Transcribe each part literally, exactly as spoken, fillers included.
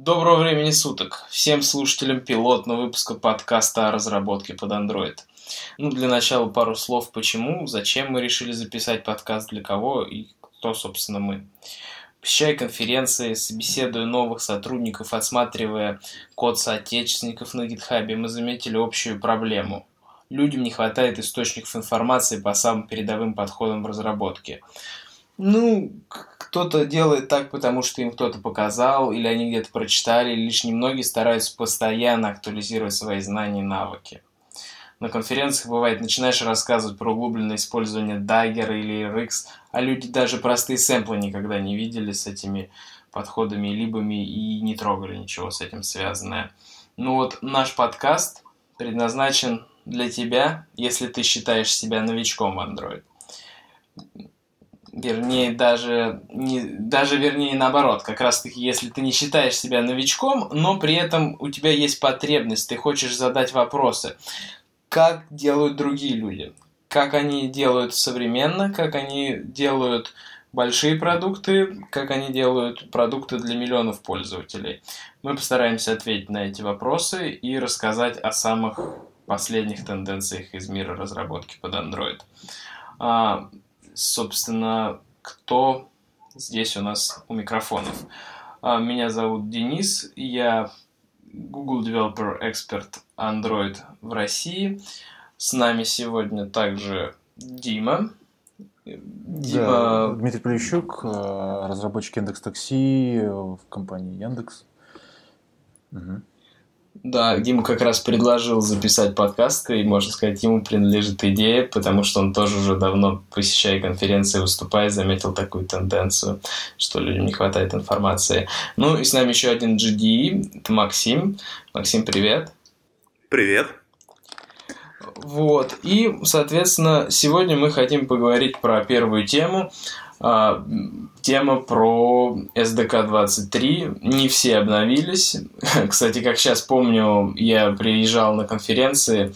Доброго времени суток всем слушателям пилотного выпуска подкаста о разработке под Android. Ну, для начала пару слов почему, зачем мы решили записать подкаст, для кого и кто, собственно, мы. Посещая конференции, собеседуя новых сотрудников, отсматривая код соотечественников на GitHub, мы заметили общую проблему. Людям не хватает источников информации по самым передовым подходам в разработке. Ну, кто-то делает так, потому что им кто-то показал, или они где-то прочитали, или лишь немногие стараются постоянно актуализировать свои знания и навыки. На конференциях бывает, начинаешь рассказывать про углубленное использование Dagger или эр икс, а люди даже простые сэмплы никогда не видели с этими подходами и либами и не трогали ничего с этим связанное. Ну вот наш подкаст предназначен для тебя, если ты считаешь себя новичком в Android. Вернее, даже, не, даже вернее наоборот, как раз таки, если ты не считаешь себя новичком, но при этом у тебя есть потребность, ты хочешь задать вопросы. Как делают другие люди? Как они делают современно, как они делают большие продукты, как они делают продукты для миллионов пользователей. Мы постараемся ответить на эти вопросы и рассказать о самых последних тенденциях из мира разработки под Android. А, собственно, кто здесь у нас у микрофонов? А, меня зовут Денис, я Google Developer Expert Android в России. С нами сегодня также Дима. Дима... Да, Дмитрий Полищук, разработчик Яндекс.Такси в компании Яндекс. Угу. Да, Дима как раз предложил записать подкаст, и, можно сказать, ему принадлежит идея, потому что он тоже уже давно, посещая конференции, выступая, заметил такую тенденцию, что людям не хватает информации. Ну и с нами еще один джи ди и, это Максим. Максим, привет. Привет. Вот, и, соответственно, сегодня мы хотим поговорить про первую тему. А, тема про эс ди кей двадцать три. Не все обновились. Кстати, как сейчас помню, я приезжал на конференции,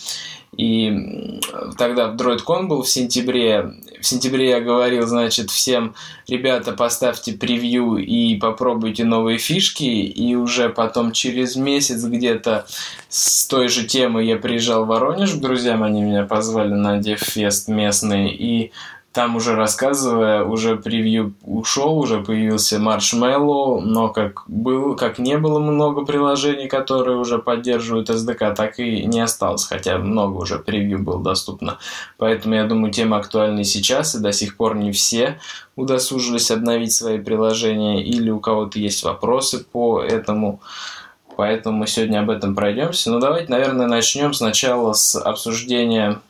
и тогда в DroidCon был в сентябре. В сентябре я говорил, значит, всем: ребята, поставьте превью и попробуйте новые фишки. И уже потом через месяц где-то с той же темой я приезжал в Воронеж к друзьям. Они меня позвали на DevFest местный, и там уже рассказывая, уже превью ушел, уже появился Marshmallow, но как, был, как не было много приложений, которые уже поддерживают эс ди кей, так и не осталось, хотя много уже превью было доступно. Поэтому, я думаю, тема актуальна и сейчас, и до сих пор не все удосужились обновить свои приложения, или у кого-то есть вопросы по этому. Поэтому мы сегодня об этом пройдемся. Ну, давайте, наверное, начнем сначала с обсуждения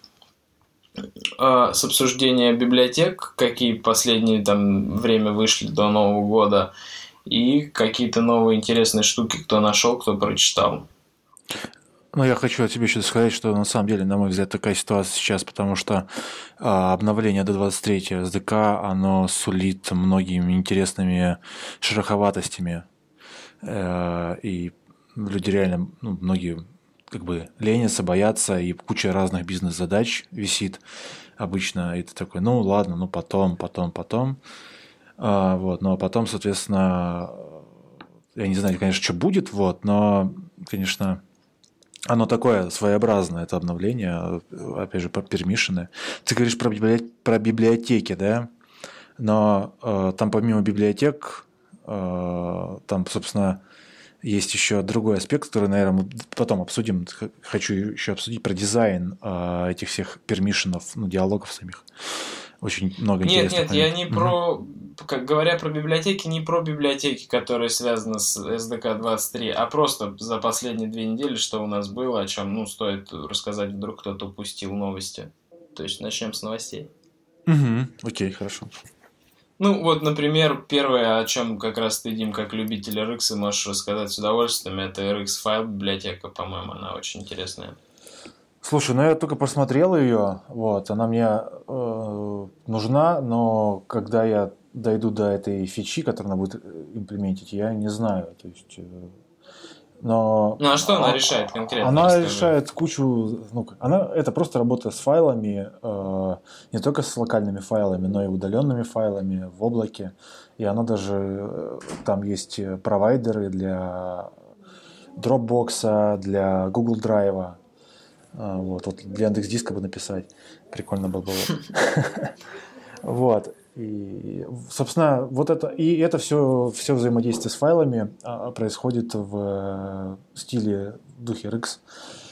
с обсуждения библиотек, какие в последнее там время вышли до Нового года, и какие-то новые интересные штуки, кто нашел, кто прочитал. Ну, я хочу тебе еще сказать, что на самом деле, на мой взгляд, такая ситуация сейчас, потому что а, обновление до двадцать третьего эс ди кей, оно сулит многими интересными шероховатостями, э, и люди реально, ну, многие как бы ленятся, боятся, и куча разных бизнес-задач висит обычно. И ты такой, ну ладно, ну потом, потом, потом. А, вот, ну а потом, соответственно, я не знаю, конечно, что будет, вот, но, конечно, оно такое своеобразное, это обновление, опять же, про пермишины. Ты говоришь про, библи... про библиотеки, да? Но э, там помимо библиотек, э, там, собственно, есть еще другой аспект, который, наверное, мы потом обсудим. Хочу еще обсудить про дизайн э, этих всех пермишенов, ну, диалогов самих. Очень много нет, интересных. Нет, нет, я не угу. про... Как, говоря про библиотеки, не про библиотеки, которые связаны с эс ди кей двадцать три, а просто за последние две недели, что у нас было, о чем, ну, стоит рассказать, вдруг кто-то упустил новости. То есть начнем с новостей. Угу. Окей, хорошо. Ну, вот, например, первое, о чем как раз ты, Дим, как любитель эр икс, можешь рассказать с удовольствием, это эр икс-файл библиотека, по-моему, она очень интересная. Слушай, ну я только посмотрел ее, вот, она мне э, нужна, но когда я дойду до этой фичи, которую она будет имплементить, я не знаю, то есть... Э, Но ну а что она решает конкретно? Она расскажи. решает кучу... Ну, она, это просто работа с файлами, э, не только с локальными файлами, но и удаленными файлами в облаке. И оно даже, там есть провайдеры для Dropbox, для Google Drive. Вот, вот для Яндекс.Диска бы написать. Прикольно было бы. Вот. И, собственно, вот это, и это все, все взаимодействие с файлами происходит в стиле в духе эр икс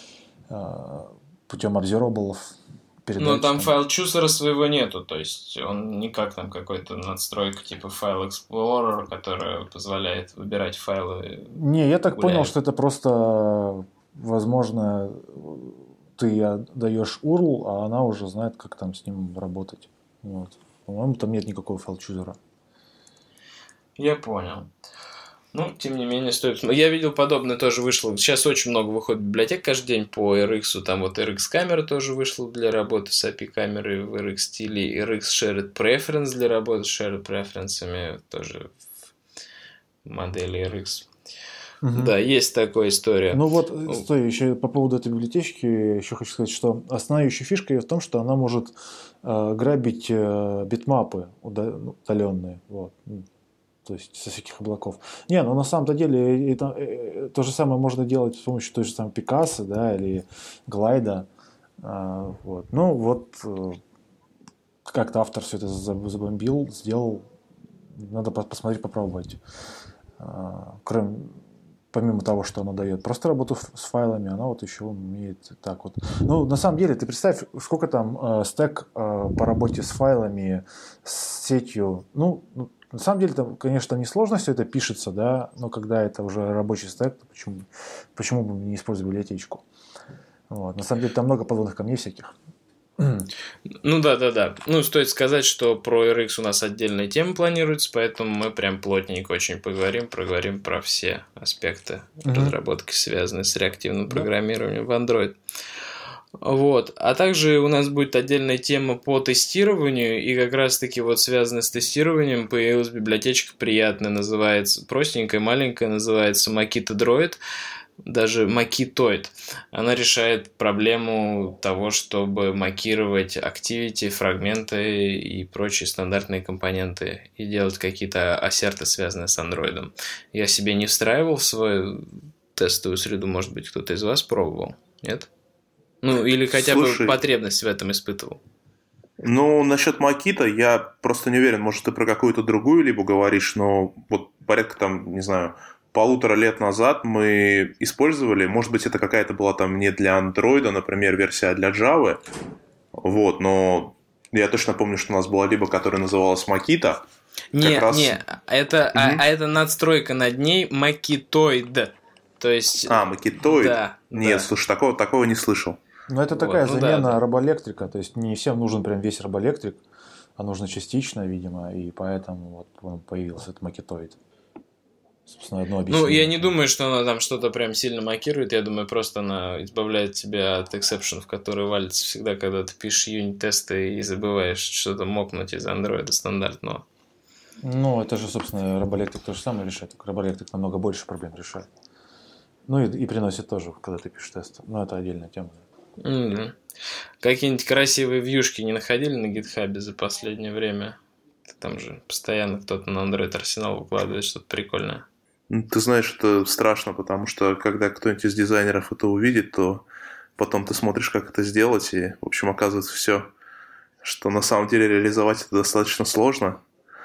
путем обзерваблов. Ну, там файл чусера своего нету, то есть он не как там какой-то надстройка типа файл Explorer, которая позволяет выбирать файлы. Не, я так гуляют. Понял, что это просто, возможно, ты даешь ю ар эл, а она уже знает, как там с ним работать. Вот. По-моему, там нет никакого файл-чузера. Я понял. Ну, тем не менее, стоит... Я видел подобное тоже вышло. Сейчас очень много выходит библиотек каждый день по эр икс. Там вот эр икс-камера тоже вышла для работы с эй пи ай-камерой в эр икс-стиле. эр икс Shared Preference для работы с Shared Preference'ами тоже в модели эр икс. Угу. Да, есть такая история. Ну вот, стой, еще по поводу этой библиотечки еще хочу сказать, что основная фишка в том, что она может э, грабить э, битмапы удаленные. Вот. То есть со всяких облаков. Не, ну на самом-то деле это, это, то же самое можно делать с помощью той же самой Пикассо, да, или Глайда. А, вот. Ну вот как-то автор все это забомбил, сделал. Надо посмотреть, попробовать. А, кроме, помимо того, что она дает просто работу с файлами, она вот еще умеет так вот. Ну, на самом деле, ты представь, сколько там э, стек э, по работе с файлами, с сетью. Ну, на самом деле, там, конечно, несложно все это пишется, да, но когда это уже рабочий стек, то почему, почему бы не использовать библиотечку? Вот. На самом деле, там много подводных камней всяких. Ну да, да, да. Ну, стоит сказать, что про эр икс у нас отдельная тема планируется, поэтому мы прям плотненько очень поговорим, проговорим про все аспекты mm-hmm. разработки, связанные с реактивным mm-hmm. программированием в Android. Вот. А также у нас будет отдельная тема по тестированию, и как раз-таки вот связанная с тестированием появилась библиотечка приятная, называется, простенькая, маленькая, называется Makito Droid, даже Makitoid. Она решает проблему того, чтобы макировать activity, фрагменты и прочие стандартные компоненты и делать какие-то ассерты, связанные с Android. Я себе не встраивал в свою тестовую среду, может быть, кто-то из вас пробовал, нет? Ну, или хотя Слушай, бы потребность в этом испытывал. Ну, насчет Makito я просто не уверен, может, ты про какую-то другую либо говоришь, но вот порядка там, не знаю, полутора лет назад мы использовали, может быть, это какая-то была там не для Android, например, версия, а для Java, вот, но я точно помню, что у нас была либо, которая называлась Makito. Не, раз... не, это, угу. а, а это надстройка над ней Makitoid, то есть... А, Makitoid? Да. Нет, да. Слушай, такого, такого не слышал. Ну, это такая вот, ну, замена да, да. робоэлектрика, то есть не всем нужен прям весь робоэлектрик, а нужно частично, видимо, и поэтому вот появился этот Makitoid. Собственно, одно объяснение. Ну, я не думаю, что она там что-то прям сильно макирует, я думаю, просто она избавляет тебя от эксепшенов, которые валятся всегда, когда ты пишешь юнит-тесты и забываешь что-то мокнуть из андроида стандартного. Ну, это же, собственно, робоэлектрик то же самое решает, только робоэлектрик намного больше проблем решает. Ну, и, и приносит тоже, когда ты пишешь тесты, но это отдельная тема. Mm-hmm. Какие-нибудь красивые вьюшки не находили на гитхабе за последнее время? Там же постоянно кто-то на Android Arsenal выкладывает что-то прикольное. Ты знаешь, это страшно, потому что когда кто-нибудь из дизайнеров это увидит, то потом ты смотришь, как это сделать, и, в общем, оказывается все, что на самом деле реализовать это достаточно сложно.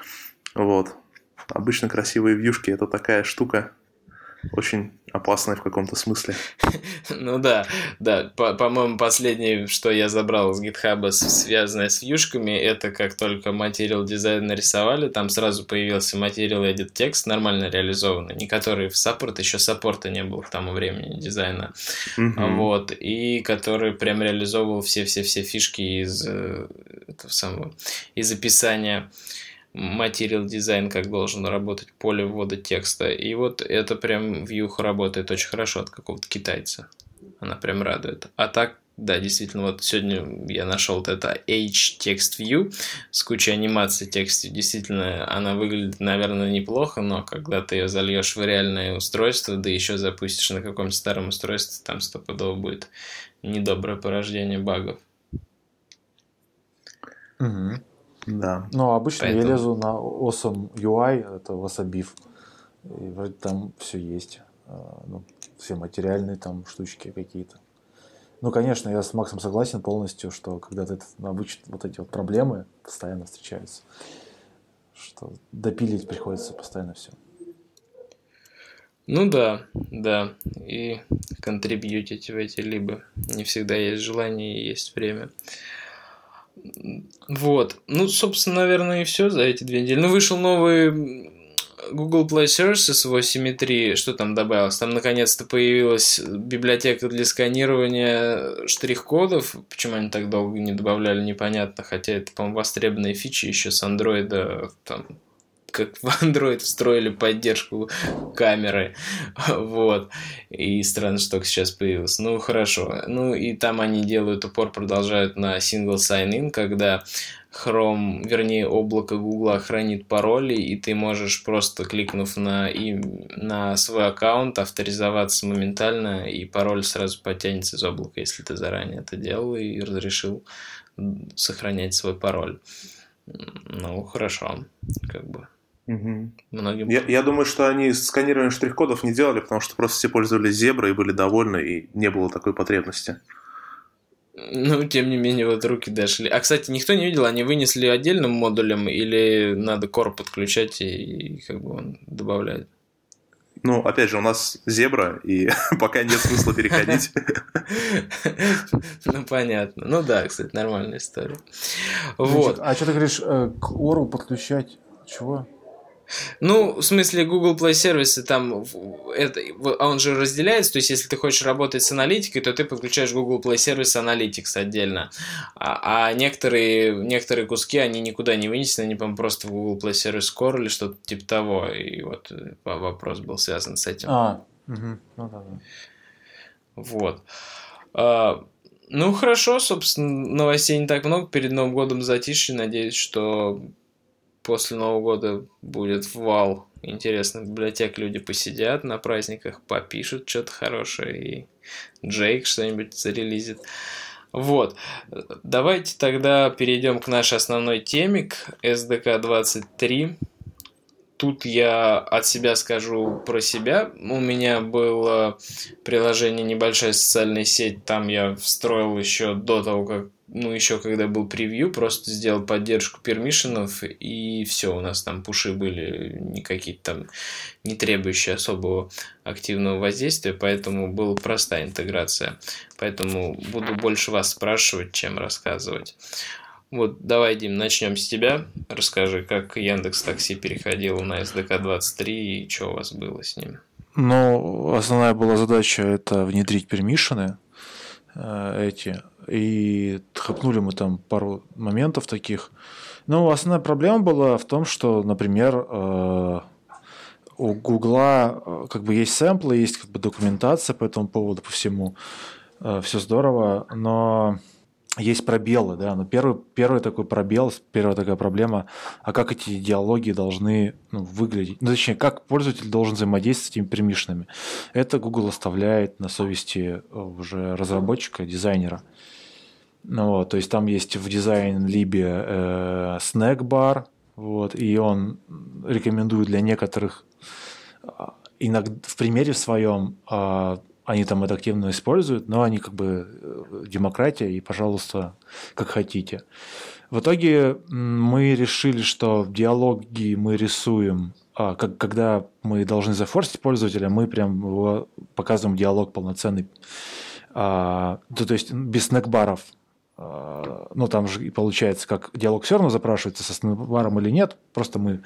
Вот. Обычно красивые вьюшки – это такая штука, очень опасная в каком-то смысле. Ну да, да. По-моему, последнее, что я забрал из GitHub, связанное с вьюшками, это как только Material Design нарисовали, там сразу появился Material Edit Text, нормально реализованный, не который в саппорт, еще саппорта не было к тому времени дизайна. Mm-hmm. Вот. И который прям реализовывал все-все-все фишки из этого самого, из описания Material Design, как должен работать поле ввода текста. И вот это прям вьюха работает очень хорошо от какого-то китайца. Она прям радует. А так, да, действительно, вот сегодня я нашел вот это H-Text View с кучей анимации текста. Действительно, она выглядит, наверное, неплохо, но когда ты ее зальешь в реальное устройство, да еще запустишь на каком-то старом устройстве, там стопудово будет недоброе порождение багов. Угу. Да. Ну, обычно Поэтому... я лезу на Awesome ю ай, это Wasabiv, и вроде там все есть. Ну, все материальные там штучки какие-то. Ну, конечно, я с Максом согласен полностью, что когда-то обычно вот эти вот проблемы постоянно встречаются, что допилить приходится постоянно все. Ну да, да, и контрибьютить в эти либо не всегда есть желание и есть время. Вот, ну, собственно, наверное, и все за эти две недели. Ну, вышел новый Google Play Services восемь точка три, что там добавилось? Там наконец-то появилась библиотека для сканирования штрих-кодов. Почему они так долго не добавляли, непонятно. Хотя это, по-моему, востребованная фича еще с Android. Там, как в Android встроили поддержку камеры. Вот. И странно, что только сейчас появилось. Ну, хорошо. Ну, и там они делают упор, продолжают на single sign-in, когда Chrome, вернее, облако Google хранит пароли, и ты можешь просто, кликнув на, и, на свой аккаунт, авторизоваться моментально, и пароль сразу потянется из облака, если ты заранее это делал и разрешил сохранять свой пароль. Ну, хорошо, как бы. Угу. Многим... Я, я думаю, что они сканирование штрих-кодов не делали, потому что просто все пользовались Zebra и были довольны, и не было такой потребности. Ну, тем не менее, вот руки дошли. А, кстати, никто не видел, они вынесли отдельным модулем или надо Core подключать и, и как бы он добавляет? Ну, опять же, у нас Zebra, и пока нет смысла переходить. Ну, понятно. Ну да, кстати, нормальная история. Вот. А что ты говоришь, к Ору подключать? Чего? Ну, в смысле, Google Play сервисы там, это, он же разделяется, то есть, если ты хочешь работать с аналитикой, то ты подключаешь Google Play Service Analytics отдельно, а, а некоторые, некоторые куски, они никуда не вынесены, они, по-моему, просто в Google Play Service Core или что-то типа того, и вот вопрос был связан с этим. А, угу. Ну, да, да. Вот. А, ну, хорошо, собственно, новостей не так много, перед Новым годом затишье, надеюсь, что... После Нового года будет вал интересных библиотек, люди посидят на праздниках, попишут что-то хорошее, и Джейк что-нибудь зарелизит. Вот. Давайте тогда перейдем к нашей основной теме, к эс ди кей двадцать три. Тут я от себя скажу про себя. У меня было приложение «Небольшая социальная сеть», там я встроил еще до того, как ну, еще когда был превью, просто сделал поддержку пермишенов, и все, у нас там пуши были не какие-то там, не требующие особого активного воздействия, поэтому была простая интеграция. Поэтому буду больше вас спрашивать, чем рассказывать. Вот, давай, Дим, начнем с тебя. Расскажи, как Яндекс.Такси переходил на эс ди кей двадцать три и что у вас было с ним? Ну, основная была задача – это внедрить пермишены э, эти. И хапнули мы там пару моментов таких. Ну, основная проблема была в том, что, например, э, у Гугла как бы есть сэмплы, есть как бы документация по этому поводу, по всему. Э, все здорово, но есть пробелы, да. Но первый, первый такой пробел, первая такая проблема, а как эти диалоги должны ну, выглядеть? Ну, точнее, как пользователь должен взаимодействовать с этими пермишенами? Это Google оставляет на совести уже разработчика, дизайнера. Ну, вот, то есть там есть в дизайн-либе э, снэк-бар, вот, и он рекомендует для некоторых, иногда в примере своем, э, они там это активно используют, но они как бы демократия, и, пожалуйста, как хотите. В итоге мы решили, что в диалоге мы рисуем, а, как, когда мы должны зафорсить пользователя, мы прям показываем диалог полноценный, а, то, то есть без снэк-баров. Ну, там же получается, как диалог все равно запрашивается со снэк-баром или нет. Просто мы...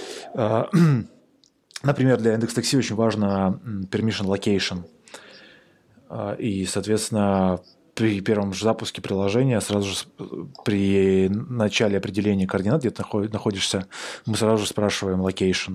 Например, для Яндекс.Такси очень важно permission location. И, соответственно, при первом же запуске приложения, сразу же при начале определения координат, где ты находишься, мы сразу же спрашиваем location.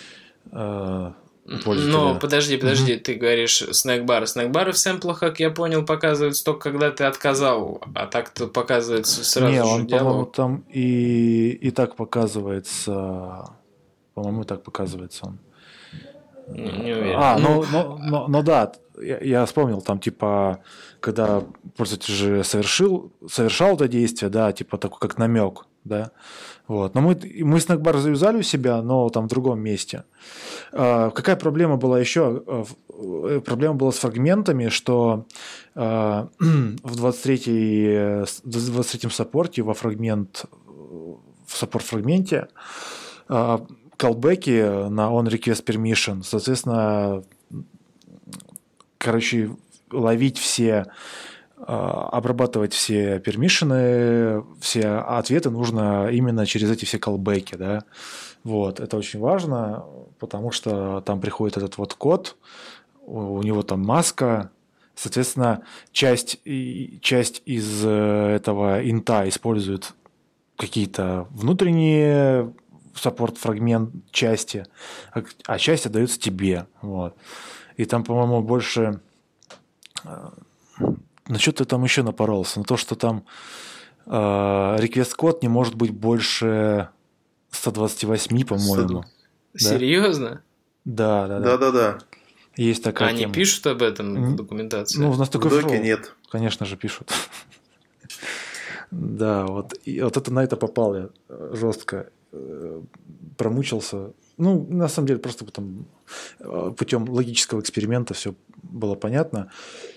Но подожди, подожди, mm-hmm. ты говоришь снэк-бар. Снэк-бары в сэмплах, как я понял, показываются только когда ты отказал, а так-то показывается сразу Не, же он, диалог. по-моему, там и, и так показывается. По-моему, так показывается он. Не, не уверен. А, ну, ну, ну, ну да, я, я вспомнил, там типа, когда пользователь же совершил, совершал это действие, да, типа такой как намек. да, вот. Но мы, мы снэкбар завязали у себя, но там в другом месте. А, какая проблема была еще? Проблема была с фрагментами, что а, в двадцать третьем саппорте во фрагмент, в саппорт-фрагменте а, callback'и на onRequestPermission, соответственно, короче, ловить все, обрабатывать все пермишины, все ответы нужно именно через эти все callback'и, да. Вот, это очень важно, потому что там приходит этот вот код, у него там маска, соответственно, часть, часть из этого инта использует какие-то внутренние саппорт-фрагмент части, а часть отдается тебе, вот. И там, по-моему, больше... На что ты там еще напоролся? На то, что там э, request-код не может быть больше сто двадцать восемь, по-моему. Серьезно? Да, да, да. Да-да-да. Есть такая Они тема. пишут об этом в документации? Ну, у нас такой в доке флоу. нет. Конечно же, пишут. Да, вот. И вот это на это попал я жестко. Промучился. Ну, на самом деле, просто потом путем логического эксперимента все было понятно.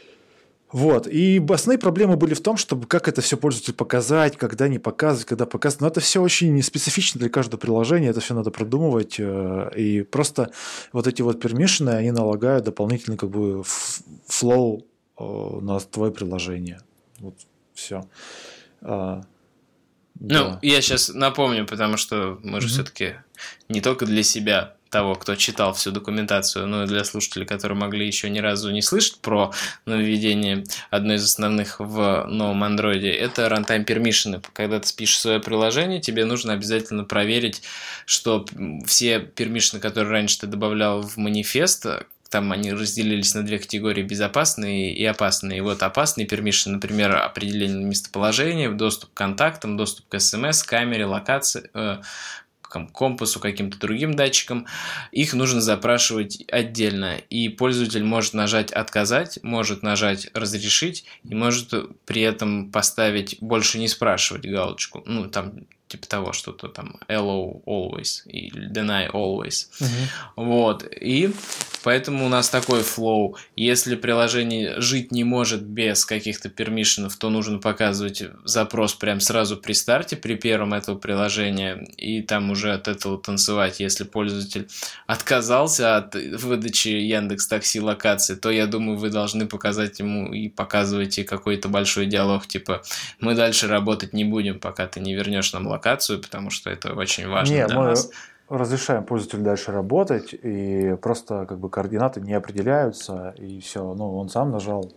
Вот. И основные проблемы были в том, чтобы как это все пользователю показать, когда не показывать, когда показывать. Но это все очень специфично для каждого приложения, это все надо продумывать. И просто вот эти вот пермишины, они налагают дополнительный как бы флоу на твое приложение. Вот все. А, ну, да. я сейчас напомню, потому что мы же mm-hmm. все-таки не только для себя, того, кто читал всю документацию, но и для слушателей, которые могли еще ни разу не слышать про нововведение одной из основных в новом Android, это runtime permission. Когда ты пишешь свое приложение, тебе нужно обязательно проверить, что все permission, которые раньше ты добавлял в манифест, там они разделились на две категории: безопасные и опасные. И вот опасные permission, например, определение местоположения, доступ к контактам, доступ к эс эм эс, камере, локации, э, компасу, каким-то другим датчикам, их нужно запрашивать отдельно. И пользователь может нажать «Отказать», может нажать «Разрешить» и может при этом поставить «Больше не спрашивать» галочку. Ну, там типа того, что-то там allow always или deny always. Uh-huh. Вот. И поэтому у нас такой флоу. Если приложение жить не может без каких-то пермишенов, то нужно показывать запрос прям сразу при старте, при первом этого приложения, и там уже от этого танцевать. Если пользователь отказался от выдачи Яндекс.Такси локации, то, я думаю, вы должны показать ему и показываете какой-то большой диалог, типа «Мы дальше работать не будем, пока ты не вернешь нам локацию», потому что это очень важно не, для мы нас. Разрешаем пользователю дальше работать, и просто как бы координаты не определяются, и все. Ну, он сам нажал.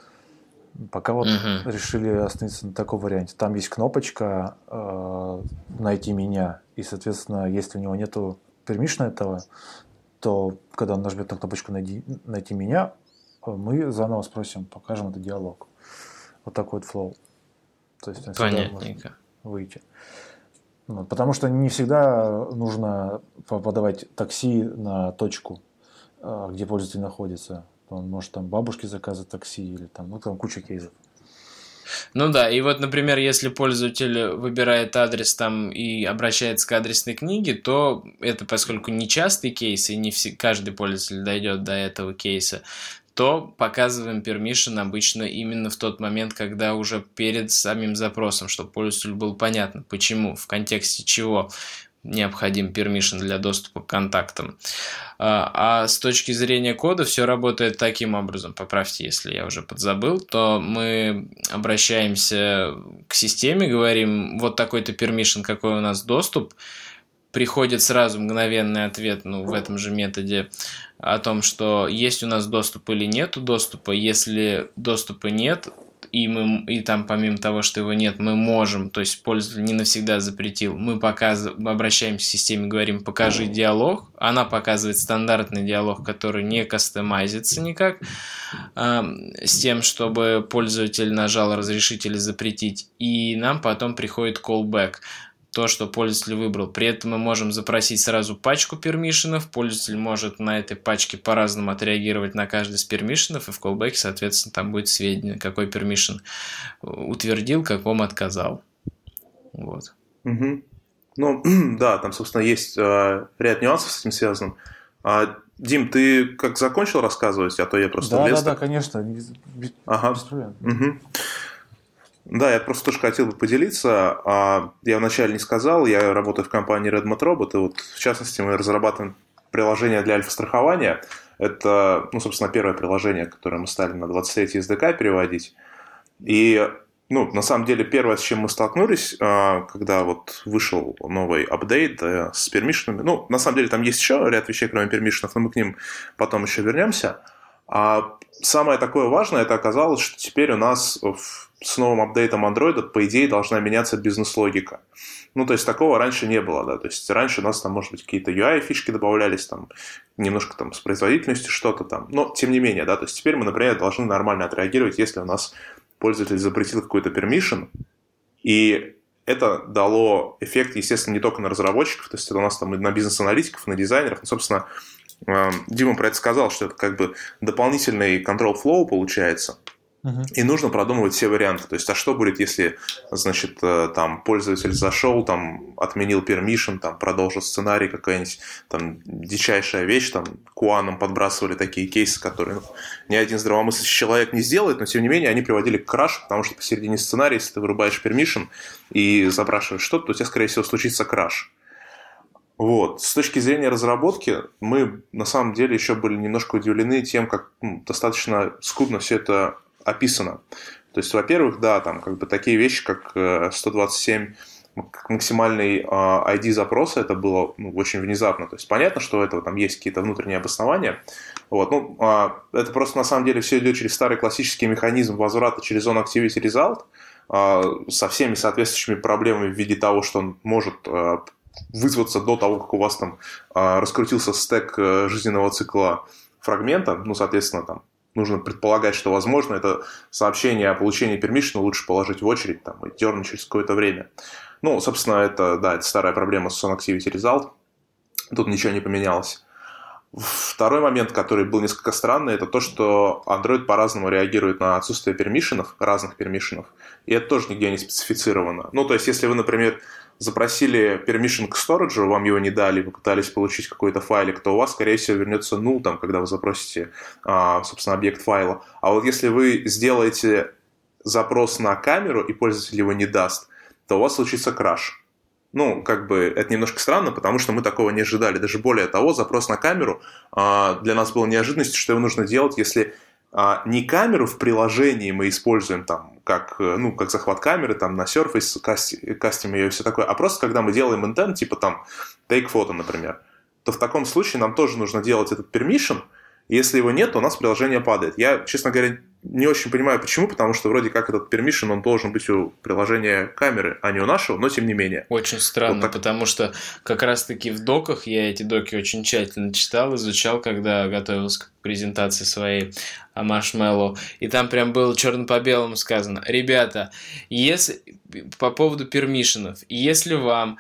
Пока вот uh-huh. решили остановиться на таком варианте. Там есть кнопочка э, «Найти меня», и, соответственно, если у него нету пермишна этого, то когда он нажмет на кнопочку «Найти, найти меня», мы заново спросим, покажем этот диалог. Вот такой вот флоу. То есть он всегда может выйти. Вот, потому что не всегда нужно подавать такси на точку, где пользователь находится. Он может там бабушке заказать такси или там, ну там куча кейсов. Ну да, и вот, например, если пользователь выбирает адрес там и обращается к адресной книге, то это, поскольку не частый кейс и не все, каждый пользователь дойдет до этого кейса, то показываем permission обычно именно в тот момент, когда уже перед самим запросом, чтобы пользователю было понятно, почему, в контексте чего необходим permission для доступа к контактам. А с точки зрения кода все работает таким образом. Поправьте, если я уже подзабыл, то мы обращаемся к системе, говорим, вот такой-то permission, какой у нас доступ. Приходит сразу мгновенный ответ, ну, в этом же методе, о том, что есть у нас доступ или нету доступа. Если доступа нет, и, мы, и там помимо того, что его нет, мы можем, то есть пользователь не навсегда запретил, мы показываем, обращаемся к системе, говорим «покажи диалог», она показывает стандартный диалог, который не кастомайзится никак, э, с тем, чтобы пользователь нажал «разрешить» или «запретить», и нам потом приходит callback, то, что пользователь выбрал. При этом мы можем запросить сразу пачку пермишенов, пользователь может на этой пачке по-разному отреагировать на каждый из пермишенов, и в callback, соответственно, там будет сведения, какой пермишен утвердил, какому отказал. Вот. Угу. Ну, да, там, собственно, есть э, ряд нюансов с этим связанным. А, Дим, ты как закончил рассказывать, а то я просто Да, влез. да, да, так. конечно, без, без Ага. проблем. Угу. Да, я просто тоже хотел бы поделиться. А, Я вначале не сказал, я работаю в компании Redmond Robot, и вот, в частности, мы разрабатываем приложение для альфа-страхования. Это, ну, собственно, первое приложение, которое мы стали на двадцать третий эс ди кей переводить. И, ну, на самом деле, первое, с чем мы столкнулись, когда вот вышел новый апдейт с пермишенами, ну, на самом деле, там есть еще ряд вещей, кроме пермишенов, но мы к ним потом еще вернемся. А самое такое важное, это оказалось, что теперь у нас с новым апдейтом Android, по идее, должна меняться бизнес-логика. Ну, то есть, такого раньше не было, да, то есть, раньше у нас там, может быть, какие-то ю ай-фишки добавлялись, там, немножко там с производительностью что-то там, но, тем не менее, да, то есть, теперь мы, например, должны нормально отреагировать, если у нас пользователь запретил какой-то permission, и это дало эффект, естественно, не только на разработчиков, то есть, это у нас там и на бизнес-аналитиков, и на дизайнеров, ну, собственно, Дима про это сказал, что это как бы дополнительный control flow получается, uh-huh. и нужно продумывать все варианты. То есть, а что будет, если, значит, там пользователь зашел, там отменил permission, там продолжил сценарий, какая-нибудь там дичайшая вещь, там куаном подбрасывали такие кейсы, которые ну, ни один здравомыслящий человек не сделает, но тем не менее они приводили к крашу, потому что посередине сценария, если ты вырубаешь permission и запрашиваешь что-то, то у тебя, скорее всего, случится краш. Вот. С точки зрения разработки мы на самом деле еще были немножко удивлены тем, как ну, достаточно скудно все это описано. То есть, во-первых, да, там как бы такие вещи, как сто двадцать семь как максимальный ай ди запроса, это было ну, очень внезапно. То есть понятно, что у этого там есть какие-то внутренние обоснования. Вот. Ну, это просто на самом деле все идет через старый классический механизм возврата через OnActivityResult со всеми соответствующими проблемами в виде того, что он может вызваться до того, как у вас там а, раскрутился стек а, жизненного цикла фрагмента, ну, соответственно, там нужно предполагать, что, возможно, это сообщение о получении permission лучше положить в очередь там, и дернуть через какое-то время. Ну, собственно, это, да, это старая проблема с OnActivityResult. Тут ничего не поменялось. Второй момент, который был несколько странный, это то, что Android по-разному реагирует на отсутствие пермишенов, разных пермишенов, и это тоже нигде не специфицировано. Ну, то есть, если вы, например, запросили permission к сториджу, вам его не дали, вы пытались получить какой-то файлик, то у вас, скорее всего, вернется null, там, когда вы запросите, собственно, объект файла. А вот если вы сделаете запрос на камеру, и пользователь его не даст, то у вас случится краш. Ну, как бы, это немножко странно, потому что мы такого не ожидали. Даже более того, запрос на камеру для нас был неожиданностью, что его нужно делать, если не камеру в приложении мы используем там, как, ну, как захват камеры там, на Surface, касти, кастим ее и все такое, а просто когда мы делаем intent, типа там take photo, например, то в таком случае нам тоже нужно делать этот permission, и если его нет, то у нас приложение падает. Я, честно говоря, не очень понимаю, почему, потому что вроде как этот permission, он должен быть у приложения камеры, а не у нашего, но тем не менее. Очень странно, вот так... потому что как раз-таки в доках, я эти доки очень тщательно читал, изучал, когда готовился к презентации своей о Marshmallow, и там прям было черно по белому сказано: ребята, если по поводу пермишенов, если вам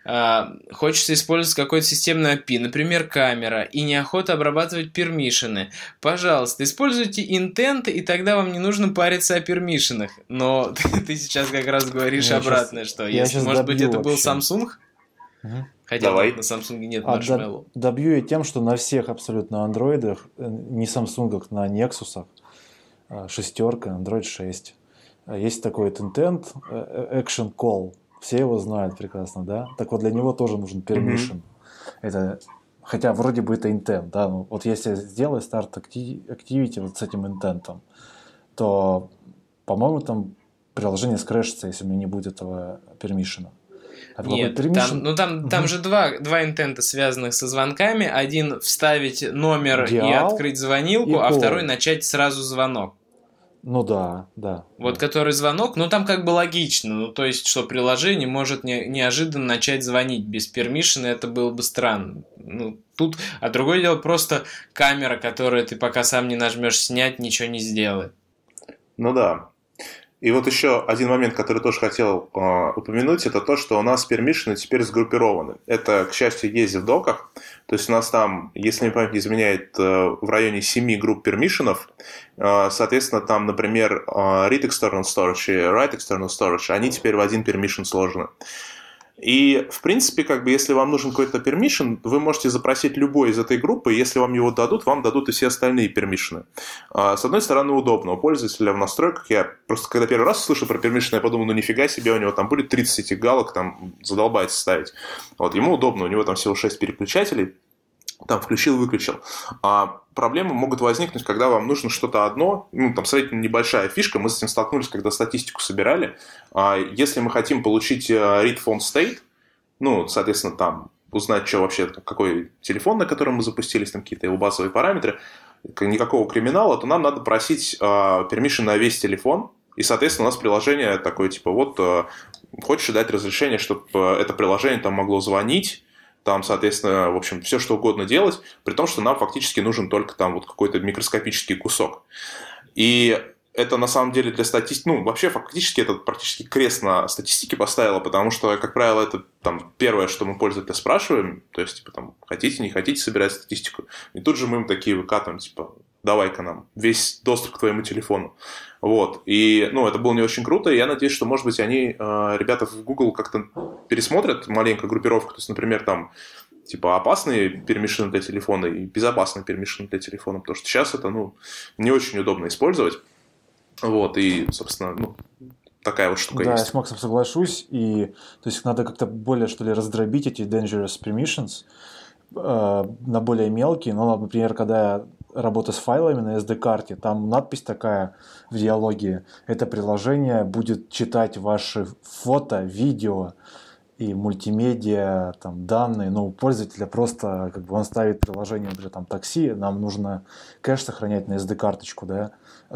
хочется использовать какой-то системный эй пи ай, например, камера, и неохота обрабатывать пермишены, пожалуйста, используйте интент, и тогда вам не нужно париться о пермишенах. Но ты, ты сейчас как раз говоришь я обратное, сейчас, что если, может быть, это был Samsung? Угу. Хотя на Samsung нет а Marshmallow. Добью я тем, что на всех абсолютно андроидах, не Samsung, на Nexus, шестерка, Android шесть, есть такой intent action call. Все его знают прекрасно, да? Так вот, для него тоже нужен permission. Mm-hmm. Это, хотя вроде бы это intent, да? Ну, вот если сделать старт activity вот с этим интентом, то, по-моему, там приложение скрэшится, если у меня не будет этого permission. А Нет, там, ну там, угу. там же два, два интента, связанных со звонками. Один вставить номер Диал и открыть звонилку, и а call. Второй начать сразу звонок. Ну да, да. Вот да. который звонок, ну там как бы логично, ну то есть, что приложение может не, неожиданно начать звонить без пермишена, это было бы странно. Ну тут, а другое дело просто камера, которую ты пока сам не нажмешь снять, ничего не сделает. Ну да. И вот еще один момент, который тоже хотел э, упомянуть, это то, что у нас пермишены теперь сгруппированы. Это, к счастью, есть в доках. То есть у нас там, если мне память не изменяет, э, в районе семи групп пермишенов. Э, соответственно, там, например, э, read external storage и write external storage, они теперь в один permission сложены. И, в принципе, как бы, если вам нужен какой-то permission, вы можете запросить любой из этой группы, и если вам его дадут, вам дадут и все остальные пермишины. С одной стороны, удобно. У пользователя в настройках, я просто когда первый раз услышал про permission, я подумал, ну нифига себе, у него там будет тридцать этих галок, там задолбается ставить. Вот, ему удобно, у него там всего шесть переключателей, там включил-выключил. А проблемы могут возникнуть, когда вам нужно что-то одно, ну, там, сравнительно небольшая фишка, мы с этим столкнулись, когда статистику собирали. А если мы хотим получить read phone state, ну, соответственно, там, узнать, что вообще, какой телефон, на котором мы запустились, там, какие-то его базовые параметры, никакого криминала, то нам надо просить permission на весь телефон, и, соответственно, у нас приложение такое, типа, вот, хочешь дать разрешение, чтобы это приложение там могло звонить, там, соответственно, в общем, все, что угодно делать, при том, что нам фактически нужен только там вот какой-то микроскопический кусок. И это на самом деле для статистики, ну, вообще фактически это практически крест на статистике поставило, потому что, как правило, это там первое, что мы пользователя спрашиваем, то есть, типа, там, хотите, не хотите собирать статистику. И тут же мы им такие выкатываем, типа, давай-ка нам весь доступ к твоему телефону. Вот. И, ну, это было не очень круто, и я надеюсь, что, может быть, они, э, ребята в Google как-то пересмотрят маленько группировку, то есть, например, там, типа, опасные пермишины для телефона и безопасные пермишины для телефона, потому что сейчас это, ну, не очень удобно использовать. Вот, и, собственно, ну, такая вот штука да, есть. Да, я с Максом соглашусь, и, то есть, надо как-то более, что ли, раздробить эти dangerous permissions э, на более мелкие, ну, например, когда работа с файлами на эс ди-карте, там надпись такая в диалоге, это приложение будет читать ваши фото, видео и мультимедиа, там, данные, ну, у пользователя просто, как бы, он ставит приложение, например, там, такси, нам нужно кэш сохранять на эс ди-карточку, да,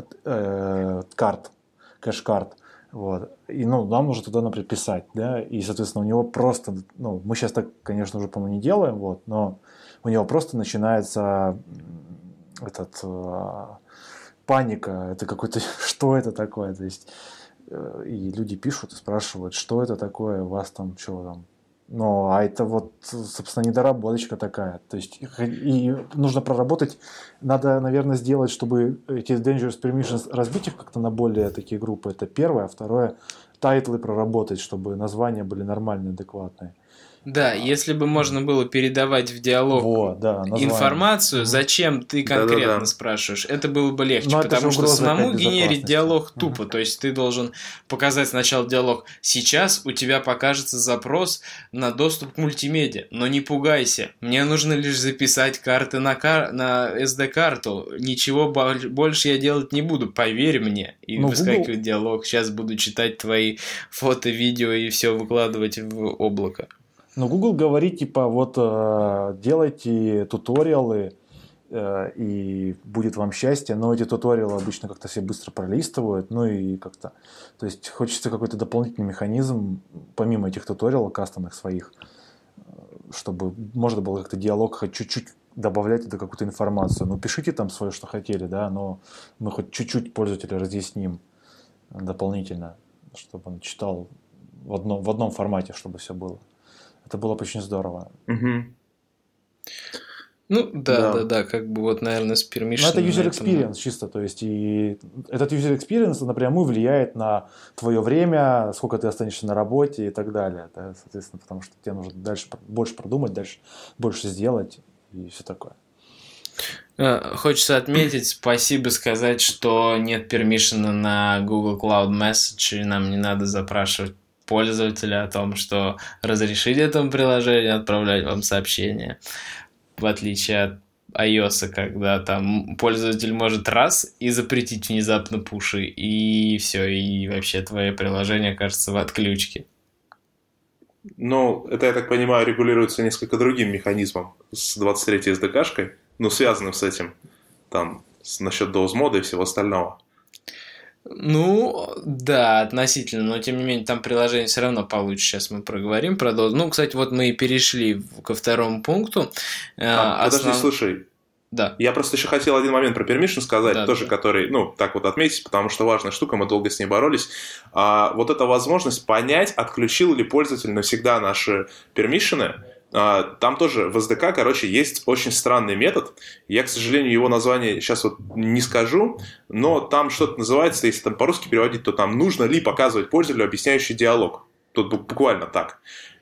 э, карт, кэш-карт, вот, и, ну, нам нужно туда, например, писать, да, и, соответственно, у него просто, ну, мы сейчас так, конечно, уже, по-моему, не делаем, вот, но у него просто начинается этот э, паника, это какой-то, что это такое, то есть, э, и люди пишут и спрашивают, что это такое, у вас там, что там, ну, а это вот, собственно, недоработочка такая, то есть, и нужно проработать, надо, наверное, сделать, чтобы эти dangerous permissions разбить их как-то на более такие группы, это первое, а второе, тайтлы проработать, чтобы названия были нормальные, адекватные. Да, если бы можно было передавать в диалог Во, да, информацию, зачем ты конкретно да, да, да. спрашиваешь, это было бы легче, но потому что самому генерить диалог тупо, mm-hmm. то есть ты должен показать сначала диалог, сейчас у тебя покажется запрос на доступ к мультимедиа, но не пугайся, мне нужно лишь записать карты на, кар... на эс ди-карту, ничего больше я делать не буду, поверь мне, и но выскакивает Google... диалог, сейчас буду читать твои фото, видео и все выкладывать в облако. Но Google говорит, типа, вот э, делайте туториалы, э, и будет вам счастье, но эти туториалы обычно как-то все быстро пролистывают, ну и как-то, то есть хочется какой-то дополнительный механизм, помимо этих туториалов кастомных своих, чтобы можно было как-то диалог хоть чуть-чуть добавлять туда какую-то информацию. Ну, пишите там свое, что хотели, да, но мы хоть чуть-чуть пользователя разъясним дополнительно, чтобы он читал в одном, в одном формате, чтобы все было. Это было бы очень здорово. Угу. Ну, да, да, да, да, как бы вот, наверное, с permission. Но это user experience чисто, то есть и этот user experience напрямую влияет на твое время, сколько ты останешься на работе и так далее. Да, соответственно, потому что тебе нужно дальше больше продумать, дальше больше сделать и все такое. Хочется отметить, спасибо сказать, что нет permission на Google Cloud Message, и нам не надо запрашивать пользователя о том, что разрешить этому приложению отправлять вам сообщения, в отличие от iOS, когда там пользователь может раз и запретить внезапно пуши, и все, и вообще твое приложение окажется в отключке. Ну, это, я так понимаю, регулируется несколько другим механизмом с двадцать третьей эс ди кей-шкой, ну, связанным с этим, там, с, насчет доуз-мода и всего остального. Ну, да, относительно, но тем не менее там приложение все равно получше. Сейчас мы проговорим про доз. Ну, кстати, вот мы и перешли ко второму пункту. А, Основ... Подожди, слушай. Да. Я просто еще хотел один момент про permission сказать, да, тоже, да. который, ну, так вот отметить, потому что важная штука, мы долго с ней боролись. А, вот эта возможность понять, отключил ли пользователь навсегда наши пермишины. Там тоже в эс ди кей, короче, есть очень странный метод. Я, к сожалению, его название сейчас вот не скажу, но там что-то называется, если там по-русски переводить, то там нужно ли показывать пользователю объясняющий диалог. Тут буквально так.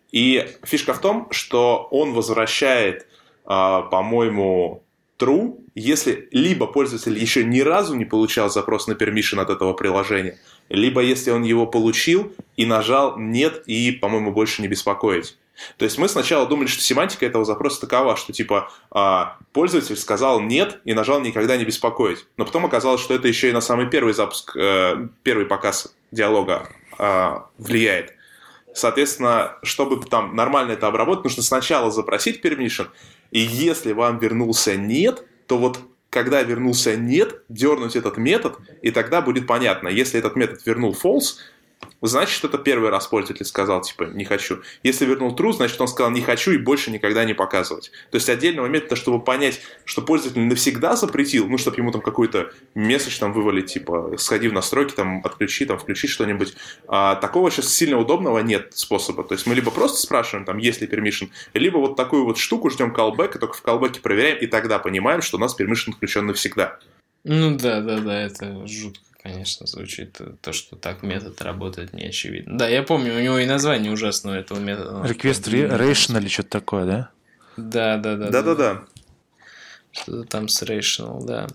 И фишка в том, что он возвращает, а, по-моему, true, если либо пользователь еще ни разу не получал запрос на permission от этого приложения, либо если он его получил и нажал «нет» и, по-моему, больше не беспокоить. То есть мы сначала думали, что семантика этого запроса такова, что типа а, пользователь сказал «нет» и нажал «никогда не беспокоить». Но потом оказалось, что это еще и на самый первый запуск, э, первый показ диалога э, влияет. Соответственно, чтобы там нормально это обработать, нужно сначала запросить permission, и если вам вернулся «нет», то вот когда вернулся «нет», дернуть этот метод, и тогда будет понятно. Если этот метод вернул false, значит, это первый раз пользователь сказал, типа, не хочу. Если вернул true, значит, он сказал, не хочу и больше никогда не показывать. То есть, отдельного метода, чтобы понять, что пользователь навсегда запретил, ну, чтобы ему там какой-то месседж там вывалить, типа, сходи в настройки, там, отключи, там, включи что-нибудь. А такого сейчас сильно удобного нет способа. То есть, мы либо просто спрашиваем, там, есть ли permission, либо вот такую вот штуку ждем callback, и только в callback проверяем, и тогда понимаем, что у нас permission включен навсегда. Ну, да, да, да, это жутко. Конечно, звучит то, что так метод работает, не очевидно. Да, я помню, у него и название ужасное этого метода. Request Rational или что-то такое, да? Да, да, да. Да-да-да. Что-то там с Rational, да.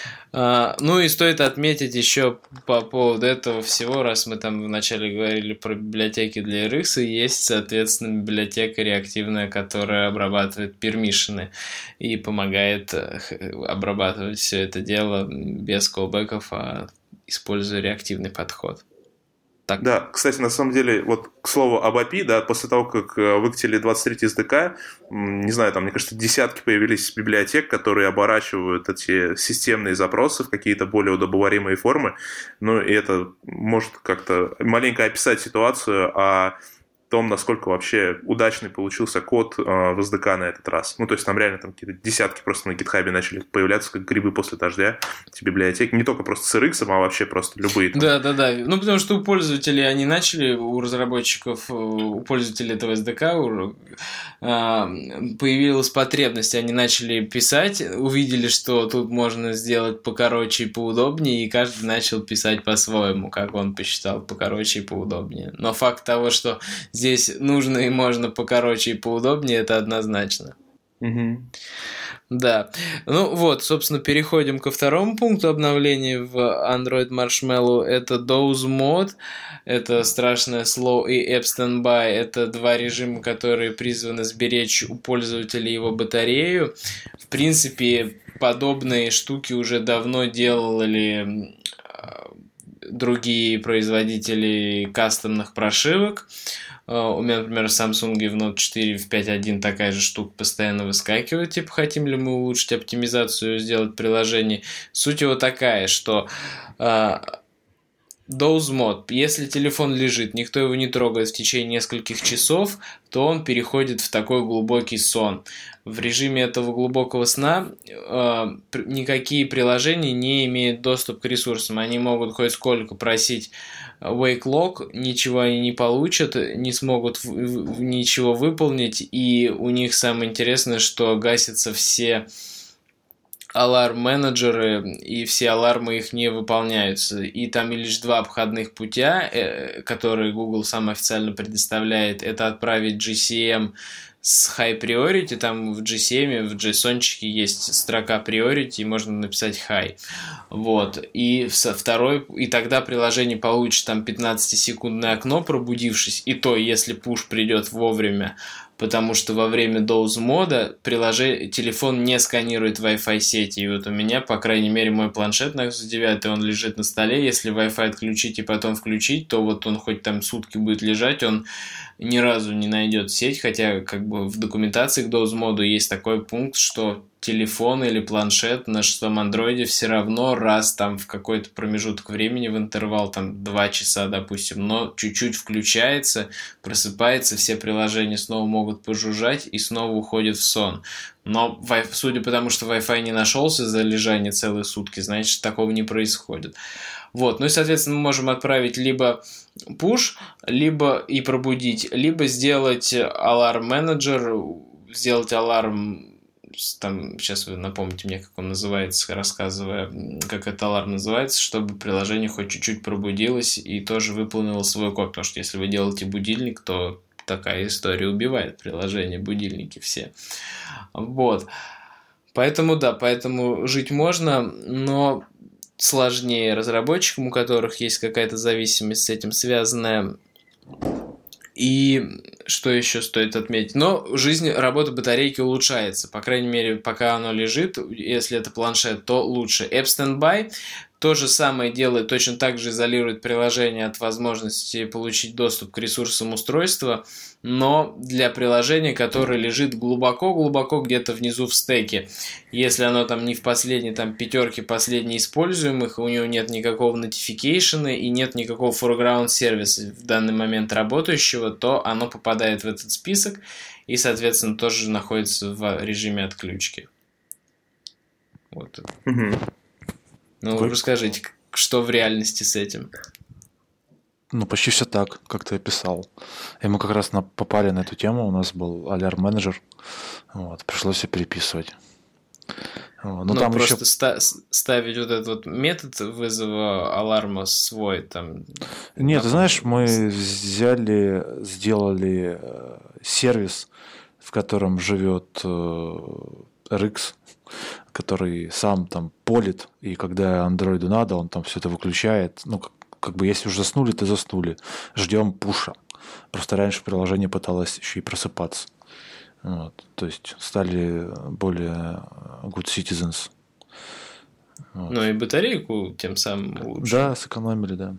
А, ну и стоит отметить еще по поводу этого всего, раз мы там вначале говорили про библиотеки для эр икс, есть, соответственно, библиотека реактивная, которая обрабатывает пермишины и помогает обрабатывать все это дело без колбеков, а используя реактивный подход. Так. Да, кстати, на самом деле, вот к слову об эй пи ай, да, после того, как выкатили двадцать третий эс ди кей, не знаю, там, мне кажется, десятки появились библиотек, которые оборачивают эти системные запросы в какие-то более удобоваримые формы, ну, и это может как-то маленько описать ситуацию о том, насколько вообще удачный получился код э, в эс ди кей на этот раз. Ну, то есть там реально там какие-то десятки просто на GitHub начали появляться, как грибы после дождя, эти библиотеки. Не только просто с эр икс, а вообще просто любые. Там. Да, да, да. Ну, потому что у пользователей, они начали, у разработчиков, у пользователей этого эс ди кей у, а, появилась потребность, они начали писать, увидели, что тут можно сделать покороче и поудобнее, и каждый начал писать по-своему, как он посчитал, покороче и поудобнее. Но факт того, что здесь нужно и можно покороче и поудобнее, это однозначно. Угу. Да. Ну вот, собственно, переходим ко второму пункту обновления в Android Marshmallow. Это Doze Mode, это страшное Slow и App Standby. Это два режима, которые призваны сберечь у пользователя его батарею. В принципе, подобные штуки уже давно делали другие производители кастомных прошивок. Uh, у меня, например, в Samsung в Note четыре в пять точка один такая же штука постоянно выскакивает, типа, хотим ли мы улучшить оптимизацию, сделать приложение. Суть его такая, что uh, Doze Mode, если телефон лежит, никто его не трогает в течение нескольких часов, то он переходит в такой глубокий сон. В режиме этого глубокого сна э, никакие приложения не имеют доступ к ресурсам. Они могут хоть сколько просить wake lock, ничего они не получат, не смогут в, в, ничего выполнить, и у них самое интересное, что гасятся все аларм-менеджеры, и все алармы их не выполняются. И там лишь два обходных путя, э, которые Google сам официально предоставляет, это отправить джи си эм с high priority, там в джи си эм, в JSON-чике есть строка priority, можно написать high. Вот. И второй, и тогда приложение получит там пятнадцатисекундное окно, пробудившись, и то, если push придет вовремя, потому что во время Doze мода приложение, телефон не сканирует Wi-Fi сети. И вот у меня, по крайней мере, мой планшет Nexus девять, он лежит на столе. Если Wi-Fi отключить и потом включить, то вот он хоть там сутки будет лежать, он ни разу не найдет сеть. Хотя как бы в документации к Doze моду есть такой пункт, что телефон или планшет на шестом андроиде все равно раз там в какой-то промежуток времени, в интервал там два часа, допустим, но чуть-чуть включается, просыпается, все приложения снова могут пожужжать и снова уходит в сон. Но судя по тому, что Wi-Fi не нашелся за лежание целые сутки, значит, такого не происходит. Вот, ну и, соответственно, мы можем отправить либо push, либо и пробудить, либо сделать аларм-менеджер, сделать аларм. Там, сейчас вы напомните мне, как он называется, рассказывая, как этот аларм называется, чтобы приложение хоть чуть-чуть пробудилось и тоже выполнило свой код. Потому что если вы делаете будильник, то такая история убивает приложения, будильники все. Вот. Поэтому, да, поэтому жить можно, но сложнее разработчикам, у которых есть какая-то зависимость с этим связанная. И что еще стоит отметить? Но жизнь, работа батарейки улучшается. По крайней мере, пока оно лежит, если это планшет, то лучше. App Standby то же самое делает, точно так же изолирует приложение от возможности получить доступ к ресурсам устройства, но для приложения, которое лежит глубоко-глубоко где-то внизу в стеке. Если оно там не в последней там, пятерке последне используемых, у него нет никакого notification и нет никакого foreground сервиса в данный момент работающего, то оно попадает в этот список и, соответственно, тоже находится в режиме отключки. Вот. Угу. Ну, вы расскажите, что в реальности с этим? Ну, почти все так, как ты описал. И мы как раз на, попали на эту тему, у нас был алярм-менеджер, вот, пришлось все переписывать. Вот. Но ну, там просто еще... ста- ставить вот этот вот метод вызова аларма свой там... Нет, ты знаешь, мы взяли, сделали сервис, в котором живет эр икс, который сам там полит, и когда андроиду надо, он там все это выключает. Ну, как, как бы если уже заснули, то заснули. Ждем пуша. Просто раньше приложение пыталось еще и просыпаться. Вот. То есть стали более good citizens. Вот. Ну и батарейку тем самым улучшили. Да, сэкономили, да.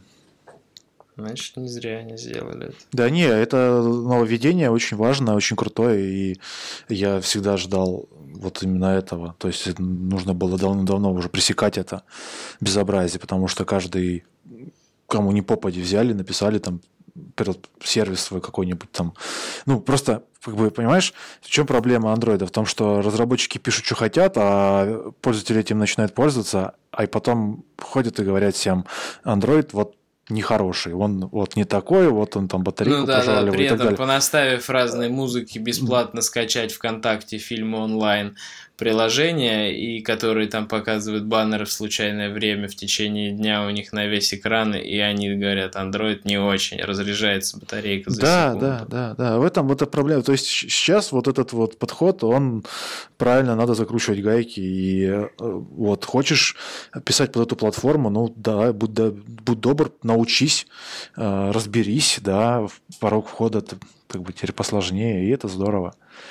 Значит, не зря они сделали это. Да не, это нововведение очень важное, очень крутое, и я всегда ждал вот именно этого. То есть нужно было давно-давно уже пресекать это безобразие, потому что каждый, кому ни попади взяли, написали там сервис свой какой-нибудь там. Ну, просто, как бы, понимаешь, в чем проблема андроида? В том, что разработчики пишут, что хотят, а пользователи этим начинают пользоваться, а потом ходят и говорят всем, Android вот нехороший, он вот не такой, вот он там батарейку ну, да, пожаловал да, при и так этом далее. понаставив разные музыки, бесплатно скачать ВКонтакте фильмы онлайн, приложения, и которые там показывают баннеры в случайное время в течение дня у них на весь экран, и они говорят, Android не очень, разряжается батарейка за да, секунду. Да, да, да, в этом вот эта проблема. То есть сейчас вот этот вот подход, он правильно, надо закручивать гайки, и вот хочешь писать под эту платформу, ну да, будь, да, будь добр, научись, разберись, да, порог входа как бы теперь посложнее, и это здорово.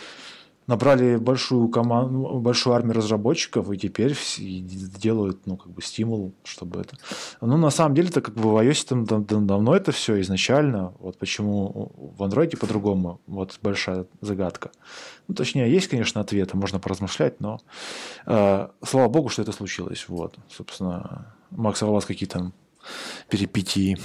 Набрали большую команду, большую армию разработчиков, и теперь делают, ну, как бы стимул, чтобы это... Ну, на самом деле-то, как бы в iOS там давно это все изначально. Вот почему в Android по-другому, вот большая загадка. Ну, точнее, есть, конечно, ответы, можно поразмышлять, но э, слава богу, что это случилось. Вот, собственно, Макс, а у вас какие там перипетии?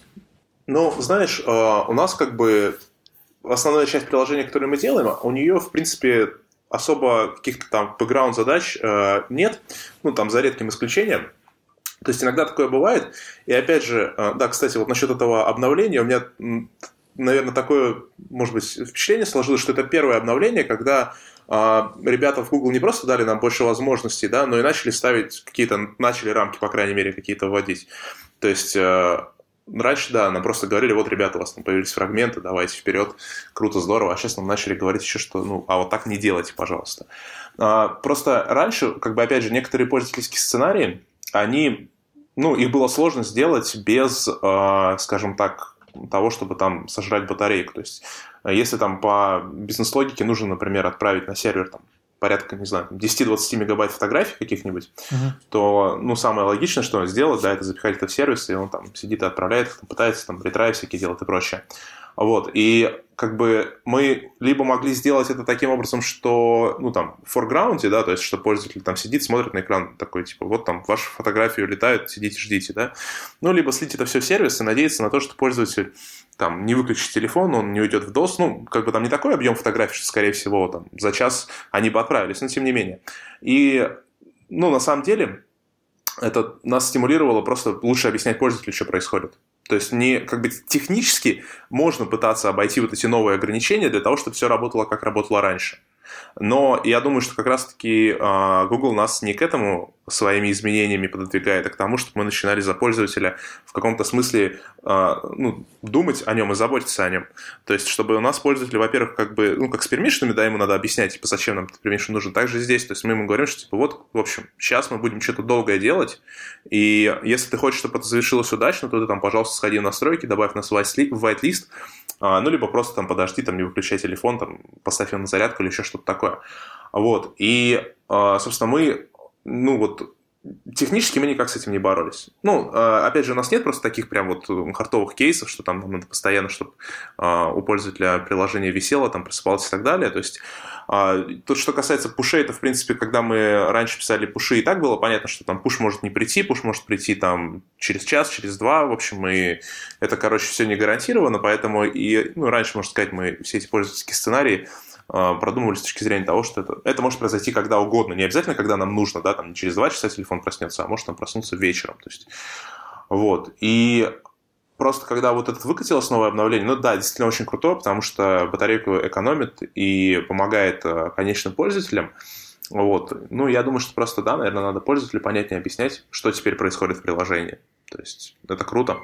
Ну, знаешь, э, у нас как бы основная часть приложения, которое мы делаем, у нее, в принципе, особо каких-то там бэкграунд задач э, нет, ну, там, за редким исключением. То есть иногда такое бывает. И опять же, э, да, кстати, вот насчет этого обновления, у меня, наверное, такое, может быть, впечатление сложилось, что это первое обновление, когда э, ребята в Google не просто дали нам больше возможностей, да, но и начали ставить какие-то, начали рамки, по крайней мере, какие-то вводить. То есть... Э, Раньше, да, нам просто говорили, вот, ребята, у вас там появились фрагменты, давайте вперед, круто, здорово. А сейчас нам начали говорить еще, что, ну, а вот так не делайте, пожалуйста. А, просто раньше, как бы, опять же, некоторые пользовательские сценарии, они, ну, их было сложно сделать без, а, скажем так, того, чтобы там сожрать батарейку. То есть, если там по бизнес-логике нужно, например, отправить на сервер там порядка, не знаю, десять-двадцать мегабайт фотографий каких-нибудь, uh-huh. то, ну, самое логичное, что он сделает, да, это запихать это в сервис, и он там сидит и отправляет их, там, пытается там ретраи всякие делать и прочее. Вот, и как бы мы либо могли сделать это таким образом, что, ну, там, в форграунде, да, то есть, что пользователь там сидит, смотрит на экран такой, типа, вот там ваши фотографии улетают, сидите, ждите, да. Ну, либо слить это все в сервис и надеяться на то, что пользователь там не выключит телефон, он не уйдет в дос, ну, как бы там не такой объем фотографий, что, скорее всего, там, за час они бы отправились, но тем не менее. И, ну, на самом деле, это нас стимулировало просто лучше объяснять пользователю, что происходит. То есть, не, как бы технически можно пытаться обойти вот эти новые ограничения для того, чтобы все работало, как работало раньше. Но я думаю, что как раз-таки Google нас не к этому своими изменениями пододвигает, а к тому, чтобы мы начинали за пользователя в каком-то смысле э, ну, думать о нем и заботиться о нем. То есть, чтобы у нас пользователь, во-первых, как бы, ну, как с пермишинами, да, ему надо объяснять, типа, зачем нам этот пермишин нужен. Так же здесь, то есть, мы ему говорим, что, типа, вот, в общем, сейчас мы будем что-то долгое делать, и если ты хочешь, чтобы это завершилось удачно, то ты там, пожалуйста, сходи в настройки, добавь нас в whitelist, э, ну, либо просто там подожди, там, не выключай телефон, там, поставь его на зарядку или еще что-то такое. Вот, и, э, собственно, мы ну вот технически мы никак с этим не боролись. Ну, опять же, у нас нет просто таких прям вот хардовых кейсов, что там надо постоянно, чтобы у пользователя приложение висело, там просыпалось и так далее. То есть тут, что касается пушей, это, в принципе, когда мы раньше писали пуши, и так было понятно, что там пуш может не прийти, пуш может прийти там через час, через два, в общем, и это, короче, все не гарантировано, поэтому и, ну, раньше, можно сказать, мы все эти пользовательские сценарии продумывали с точки зрения того, что это, это может произойти когда угодно. Не обязательно, когда нам нужно, да, там не через два часа телефон проснется, а может там проснуться вечером. То есть, вот. И просто когда вот это выкатилось новое обновление, ну да, действительно очень крутое, потому что батарейку экономит и помогает конечным пользователям. Вот. Ну, я думаю, что просто, да, наверное, надо пользователю понятнее объяснять, что теперь происходит в приложении. То есть, это круто.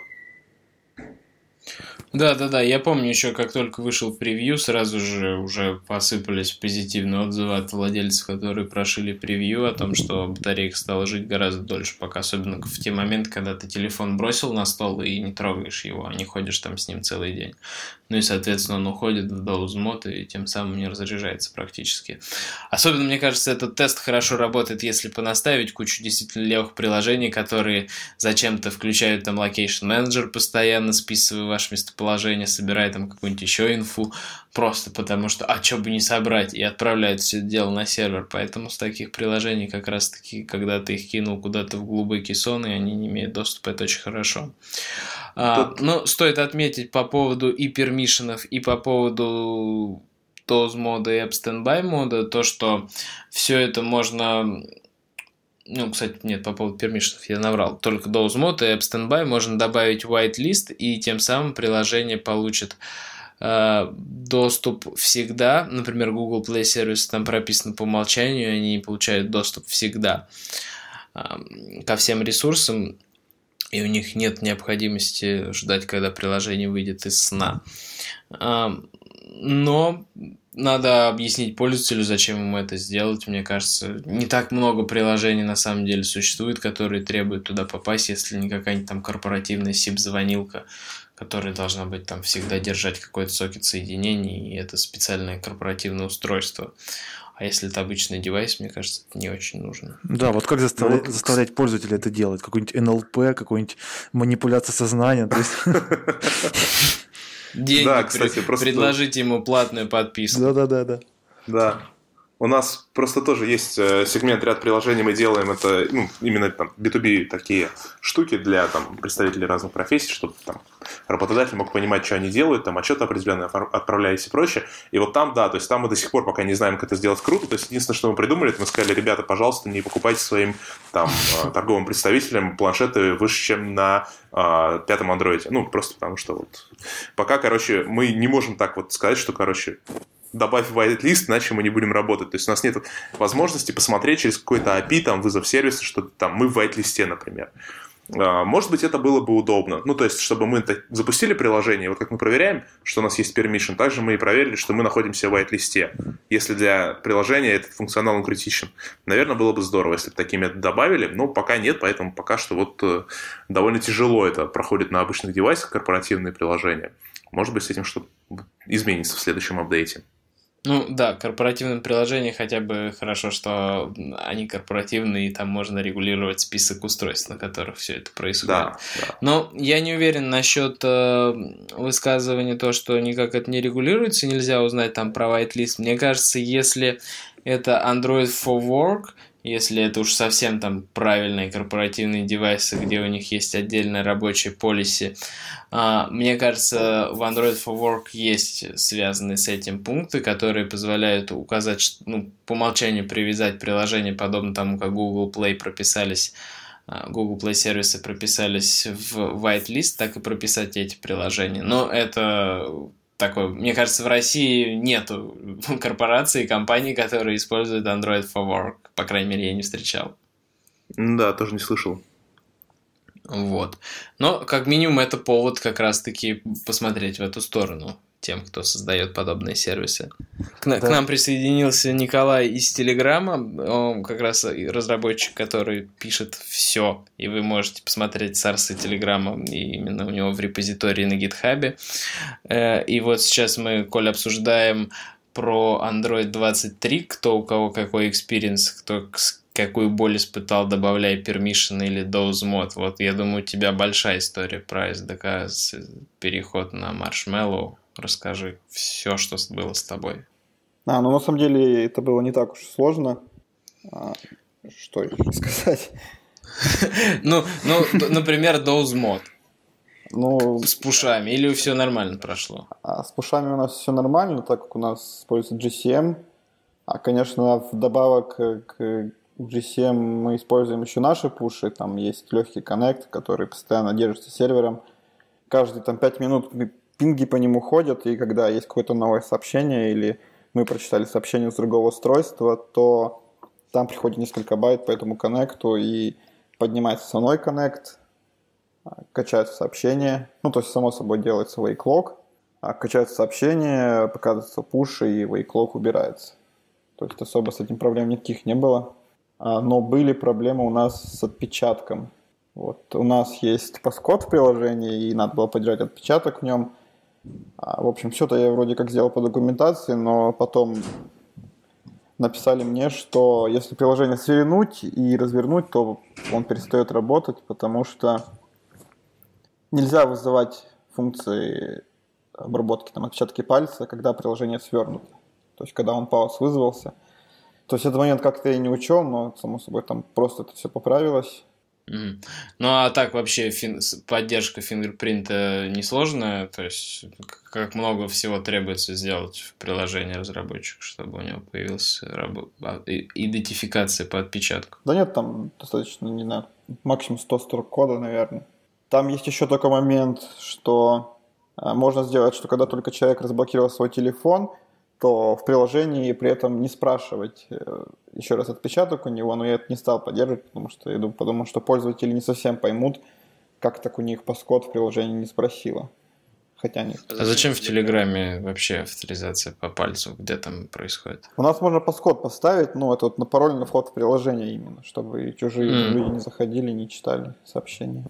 Да-да-да, я помню еще, как только вышел превью, сразу же уже посыпались позитивные отзывы от владельцев, которые прошили превью о том, что батарейка стала жить гораздо дольше, пока особенно в те моменты, когда ты телефон бросил на стол и не трогаешь его, а не ходишь там с ним целый день. Ну и, соответственно, он уходит в doze mode и тем самым не разряжается практически. Особенно, мне кажется, этот тест хорошо работает, если понаставить кучу действительно левых приложений, которые зачем-то включают там Location Manager постоянно, списывая ваше местоположение, собирая там какую-нибудь еще инфу, просто потому что, а что бы не собрать, и отправляют все это дело на сервер. Поэтому с таких приложений как раз-таки, когда ты их кинул куда-то в глубокий сон, и они не имеют доступа, это очень хорошо. А, но стоит отметить по поводу и пермишенов, и по поводу doze мода и app standby мода, то, что все это можно... Ну, кстати, нет, по поводу пермишенов я наврал. Только doze mode и app standby можно добавить в whitelist, и тем самым приложение получит э, доступ всегда. Например, Google Play Service там прописано по умолчанию, они получают доступ всегда э, ко всем ресурсам, и у них нет необходимости ждать, когда приложение выйдет из сна. Э, но... Надо объяснить пользователю, зачем ему это сделать. Мне кажется, не так много приложений на самом деле существует, которые требуют туда попасть, если не какая-нибудь там корпоративная сип-звонилка, которая должна быть там всегда держать какой-то сокет соединений, и это специальное корпоративное устройство. А если это обычный девайс, мне кажется, это не очень нужно. Да, вот как заставлять, ну, заставлять пользователя это делать? Какой-нибудь эн эл пи, какой-нибудь манипуляция сознания? Деньги, да, кстати, просто... предложите ему платную подписку. Да-да-да. Да. У нас просто тоже есть сегмент, ряд приложений, мы делаем это, ну, именно там би ту би такие штуки для там, представителей разных профессий, чтобы там работодатель мог понимать, что они делают, там отчеты определенные отправлялись и прочее. И вот там, да, то есть там мы до сих пор пока не знаем, как это сделать круто. То есть единственное, что мы придумали, это мы сказали, ребята, пожалуйста, не покупайте своим там торговым представителям планшеты выше, чем на э, пятом андроиде. Ну, просто потому что вот пока, короче, мы не можем так вот сказать, что, короче... добавь в whitelist, иначе мы не будем работать. То есть у нас нет возможности посмотреть через какой-то эй пи, там, вызов сервиса, что там мы в whitelist, например. Может быть, это было бы удобно. Ну, то есть, чтобы мы запустили приложение, вот как мы проверяем, что у нас есть permission, также мы и проверили, что мы находимся в whitelist. Если для приложения этот функционал он критичен. Наверное, было бы здорово, если бы такие методы добавили, но пока нет, поэтому пока что вот довольно тяжело это проходит на обычных девайсах, корпоративные приложения. Может быть, с этим что-то изменится в следующем апдейте. Ну да, корпоративные приложения хотя бы хорошо, что они корпоративные, и там можно регулировать список устройств, на которых все это происходит. Да, да. Но я не уверен насчет э, высказывания то, что никак это не регулируется, нельзя узнать там про whitelist. Мне кажется, если это Android for Work, если это уж совсем там правильные корпоративные девайсы, где у них есть отдельная рабочая policy, мне кажется, в Android for Work есть связанные с этим пункты, которые позволяют указать, ну, по умолчанию привязать приложение, подобно тому, как Google Play прописались, Google Play сервисы прописались в whitelist, так и прописать эти приложения. Но это... такой, мне кажется, в России нету корпораций и компаний, которые используют Android for Work. По крайней мере, я не встречал. Да, тоже не слышал. Вот. Но, как минимум, это повод как раз-таки посмотреть в эту сторону тем, кто создает подобные сервисы. К, да. к нам присоединился Николай из Телеграма, он как раз разработчик, который пишет все, и вы можете посмотреть сорсы Телеграма, и именно у него в репозитории на гитхабе. И вот сейчас мы, Коль, обсуждаем про Android двадцать три, кто у кого какой экспириенс, кто какую боль испытал, добавляя permission или doze mod. Вот я думаю, у тебя большая история про эс ди кей, переход на Marshmallow. Расскажи все, что было с тобой. А, ну на самом деле это было не так уж сложно. А, что еще сказать? Ну, ну, например, doze mod. Ну, с пушами, или все нормально прошло? А с пушами у нас все нормально, так как у нас используется джи си эм. А, конечно, вдобавок к джи си эм мы используем еще наши пуши. Там есть легкий коннект, который постоянно держится сервером. Каждые там пять минут пинги по нему ходят, и когда есть какое-то новое сообщение, или мы прочитали сообщение с другого устройства, то там приходит несколько байт по этому коннекту, и поднимается основной коннект, качается сообщение, ну, то есть, само собой, делается wake log, качается сообщение, показывается пуш, и wake log убирается. То есть, особо с этим проблем никаких не было. Но были проблемы у нас с отпечатком. Вот. У нас есть паскод в приложении, и надо было поддержать отпечаток в нем. В общем, все-то я вроде как сделал по документации, но потом написали мне, что если приложение свернуть и развернуть, то он перестает работать, потому что нельзя вызывать функции обработки там, отпечатки пальца, когда приложение свернуто. То есть, когда он пауз вызвался. То есть, этот момент как-то я не учел, но, само собой, там просто это все поправилось. Mm. Ну, а так вообще фин... поддержка фингерпринта несложная? То есть, как много всего требуется сделать в приложении разработчика, чтобы у него появилась раб... идентификация по отпечатку? Да нет, там достаточно, не знаю, максимум сто строк кода, наверное. Там есть еще такой момент, что можно сделать, что когда только человек разблокировал свой телефон, то в приложении при этом не спрашивать еще раз отпечаток у него, но я это не стал поддерживать, потому что я думаю, подумал, что пользователи не совсем поймут, как так у них паскод в приложении не спросило. Хотя нет. А зачем в Телеграме вообще авторизация по пальцу? Где там происходит? У нас можно паскод поставить, ну, это вот на пароль на вход в приложение именно, чтобы чужие mm. люди не заходили, не читали сообщения.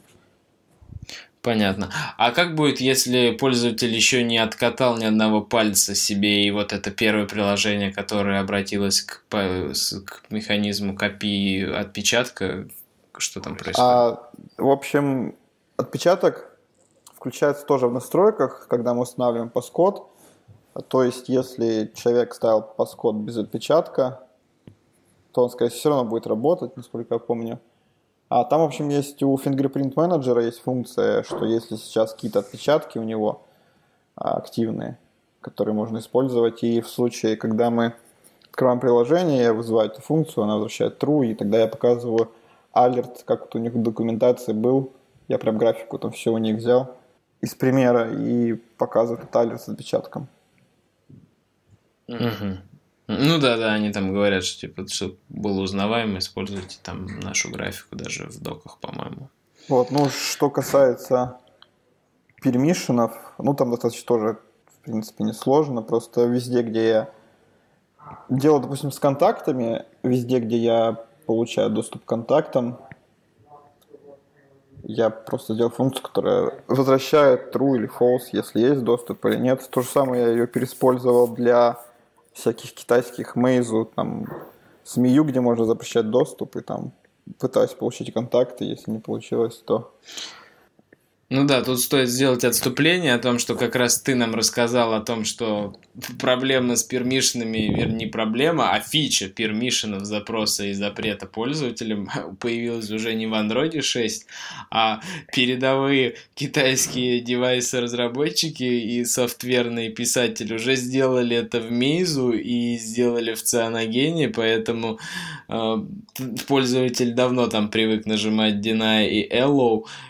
Понятно. А как будет, если пользователь еще не откатал ни одного пальца себе, и вот это первое приложение, которое обратилось к, к механизму копии отпечатка, что там происходит? А, в общем, отпечаток включается тоже в настройках, когда мы устанавливаем паскод. То есть, если человек ставил паскод без отпечатка, то он, скорее всего, все равно будет работать, насколько я помню. А там, в общем, есть у Fingerprint Manager есть функция, что если сейчас какие-то отпечатки у него активные, которые можно использовать, и в случае, когда мы открываем приложение, я вызываю эту функцию, она возвращает true, и тогда я показываю алерт, как вот у них в документации был. Я прям графику там все у них взял из примера и показываю этот алерт с отпечатком. Угу. Ну да, да, они там говорят, что типа, чтобы было узнаваемо, используйте там нашу графику даже в доках, по-моему. Вот, ну что касается пермишенов, ну там достаточно тоже, в принципе, несложно, просто везде, где я делаю, допустим, с контактами, везде, где я получаю доступ к контактам, я просто сделал функцию, которая возвращает true или false, если есть доступ или нет. То же самое я ее переиспользовал для всяких китайских Meizu, там, Змею, где можно запрещать доступ, и там пытаюсь получить контакты, если не получилось, то... Ну да, тут стоит сделать отступление о том, что как раз ты нам рассказал о том, что проблема с пермишенами, вернее, не проблема, а фича пермишенов запроса и запрета пользователям появилась уже не в Android шесть, а передовые китайские девайсы-разработчики и софтверные писатели уже сделали это в Meizu и сделали в Cyanogen, поэтому э, пользователь давно там привык нажимать Deny и Allow,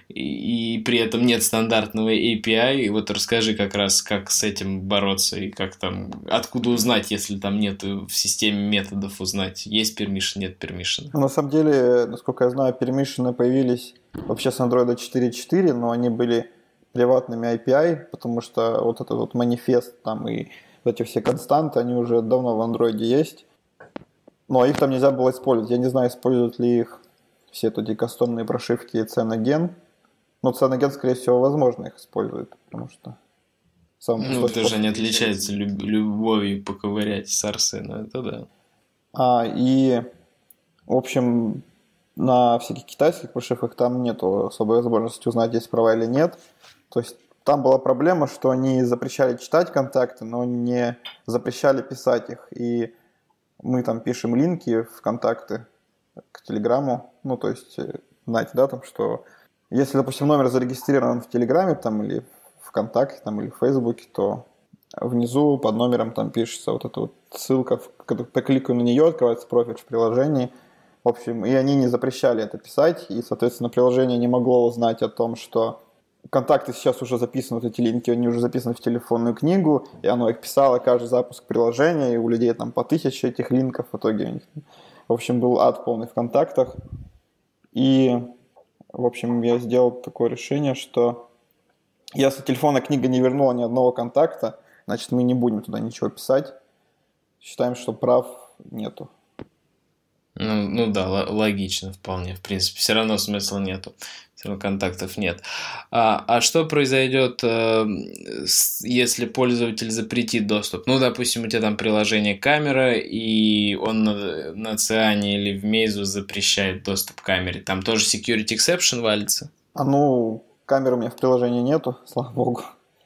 и, и при этом нет стандартного эй пи ай. И вот расскажи как раз, как с этим бороться и как там, откуда узнать, если там нет в системе методов узнать, есть permission, нет permission. На самом деле, насколько я знаю, permission появились вообще с Android четыре точка четыре, но они были приватными эй пи ай, потому что вот этот вот манифест там и эти все константы, они уже давно в Android есть. Но их там нельзя было использовать. Я не знаю, используют ли их все эти кастомные прошивки Cyanogen. Но Cyanogen, скорее всего, возможно, их использует, потому что... Сам ну, тоже не отличается люб- любовью поковырять с Арсена, это да. А, и, в общем, на всяких китайских прошивках там нету особой возможности узнать, есть права или нет. То есть там была проблема, что они запрещали читать контакты, но не запрещали писать их. И мы там пишем линки в контакты к Телеграму. Ну, то есть, знаете, да, там, что если, допустим, номер зарегистрирован в Телеграме там, или в ВКонтакте там, или в Фейсбуке, то внизу под номером там пишется вот эта вот ссылка, когда я кликаю на нее, открывается профиль в приложении. В общем, и они не запрещали это писать, и, соответственно, приложение не могло узнать о том, что контакты сейчас уже записаны, вот эти линки, они уже записаны в телефонную книгу, и оно их писало каждый запуск приложения, и у людей там по тысяче этих линков в итоге у них. В общем, был ад полный в контактах. И, в общем, я сделал такое решение, что если телефонная книга не вернула ни одного контакта, значит, мы не будем туда ничего писать. Считаем, что прав нету. Ну, ну да, л- логично вполне, в принципе. Все равно смысла нету. Все равно контактов нет. А, а что произойдет, э, с, если пользователь запретит доступ? Ну, допустим, у тебя там приложение камера, и он на, на Cyane или в Meizu запрещает доступ к камере. Там тоже security exception валится? А ну, камеры у меня в приложении нету, слава богу.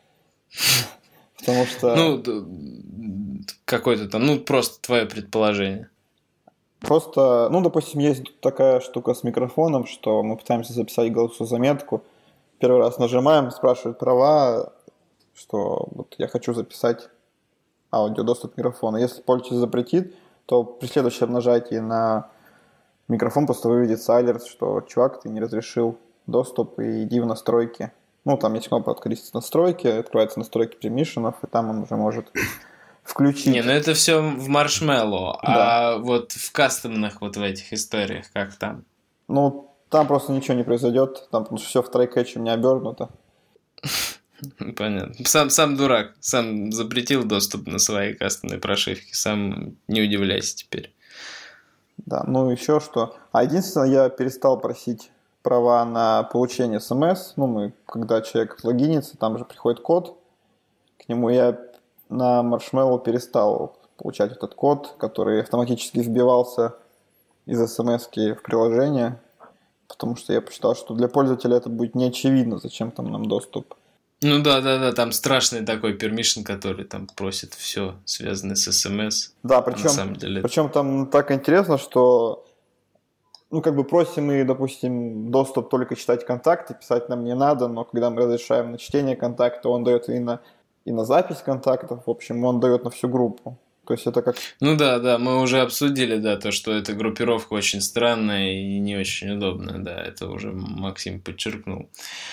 Потому что... Ну, какое-то там, ну, просто твое предположение. Просто, ну, допустим, есть такая штука с микрофоном, что мы пытаемся записать голосовую заметку. Первый раз нажимаем, спрашивают права, что вот я хочу записать аудиодоступ к микрофону. Если пользователь запретит, то при следующем нажатии на микрофон просто выведется алерт, что чувак, ты не разрешил доступ, и иди в настройки. Ну, там есть кнопка «Открыть настройки», открываются настройки пермишенов, и там он уже может... включить. Не, ну это все в Marshmallow, да. А вот в кастомных вот в этих историях, как там? Ну, там просто ничего не произойдет, там потому что все в трай-кэтче у меня обернуто. Понятно. Сам, сам дурак, сам запретил доступ на свои кастомные прошивки, сам не удивляйся теперь. Да, ну еще что. А единственное, я перестал просить права на получение смс. Ну, мы, когда человек логинится, там же приходит код к нему, я на Marshmallow перестал получать этот код, который автоматически вбивался из смс-ки в приложение, потому что я посчитал, что для пользователя это будет неочевидно, зачем там нам доступ. Ну да, да, да, там страшный такой permission, который там просит все, связанное с смс. Да, причем, на самом деле... причем там так интересно, что ну, как бы просим мы, допустим, доступ только читать контакты, писать нам не надо, но когда мы разрешаем на чтение контакта, он дает и на и на запись контактов, в общем, он дает на всю группу. То есть это как... Ну да, да, мы уже обсудили, да, то, что эта группировка очень странная и не очень удобная, да, это уже Максим подчеркнул.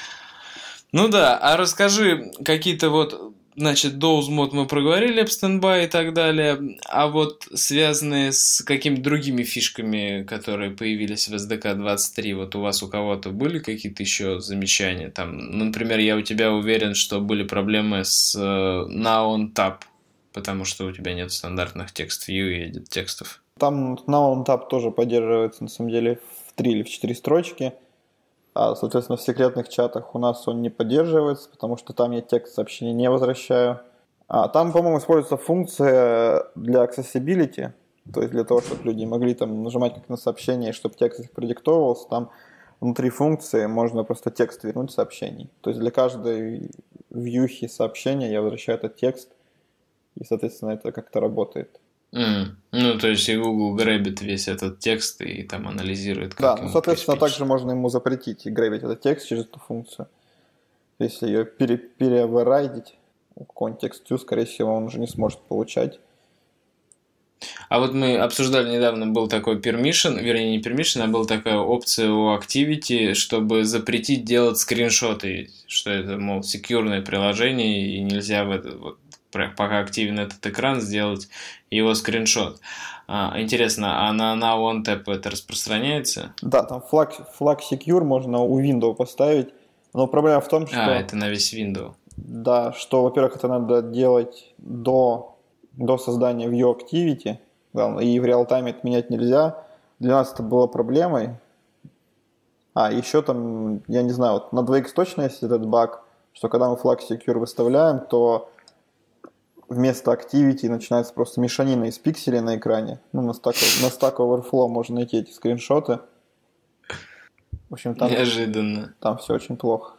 Ну да, а расскажи какие-то вот, значит, Doze мод мы проговорили, об стендбай и так далее, а вот связанные с какими-то другими фишками, которые появились в эс ди кей двадцать три, вот у вас у кого-то были какие-то еще замечания? Там, например, я у тебя уверен, что были проблемы с Now on Tap, потому что у тебя нет стандартных текст-вью и edit текстов. Там Now on Tap тоже поддерживается, на самом деле, в три или в четыре строчки. А, соответственно, в секретных чатах у нас он не поддерживается, потому что там я текст сообщения не возвращаю. А, там, по-моему, используется функция для accessibility, то есть для того, чтобы люди могли там нажимать как на сообщение, чтобы текст их продиктовывался. Там внутри функции можно просто текст вернуть сообщений. То есть для каждой вьюхи сообщения я возвращаю этот текст, и, соответственно, это как-то работает. Mm. Ну, то есть и Google грэбит весь этот текст и там анализирует, как да, ну, соответственно, также можно ему запретить и грэбить этот текст через эту функцию. Если ее пере- переоверрайдить, какой-нибудь текст, скорее всего, он уже не сможет получать. А вот мы обсуждали недавно, был такой permission, вернее не permission, а была такая опция у Activity, чтобы запретить делать скриншоты, что это, мол, секьюрное приложение, и нельзя в это, вот, пока активен этот экран, сделать его скриншот. А, интересно, а на, на OneTap это распространяется? Да, там флаг, флаг Secure можно у Windows поставить, но проблема в том, что... А, это на весь Windows. Да, что, во-первых, это надо делать до, до создания View Activity, да, и в реал-тайме это менять нельзя. Для нас это было проблемой. А, еще там, я не знаю, вот на два икс точно есть этот баг, что когда мы флаг Secure выставляем, то вместо Activity начинается просто мешанина из пикселей на экране. Ну, на Stack, на Stack Overflow можно найти эти скриншоты. В общем, там, Неожиданно. Там все очень плохо.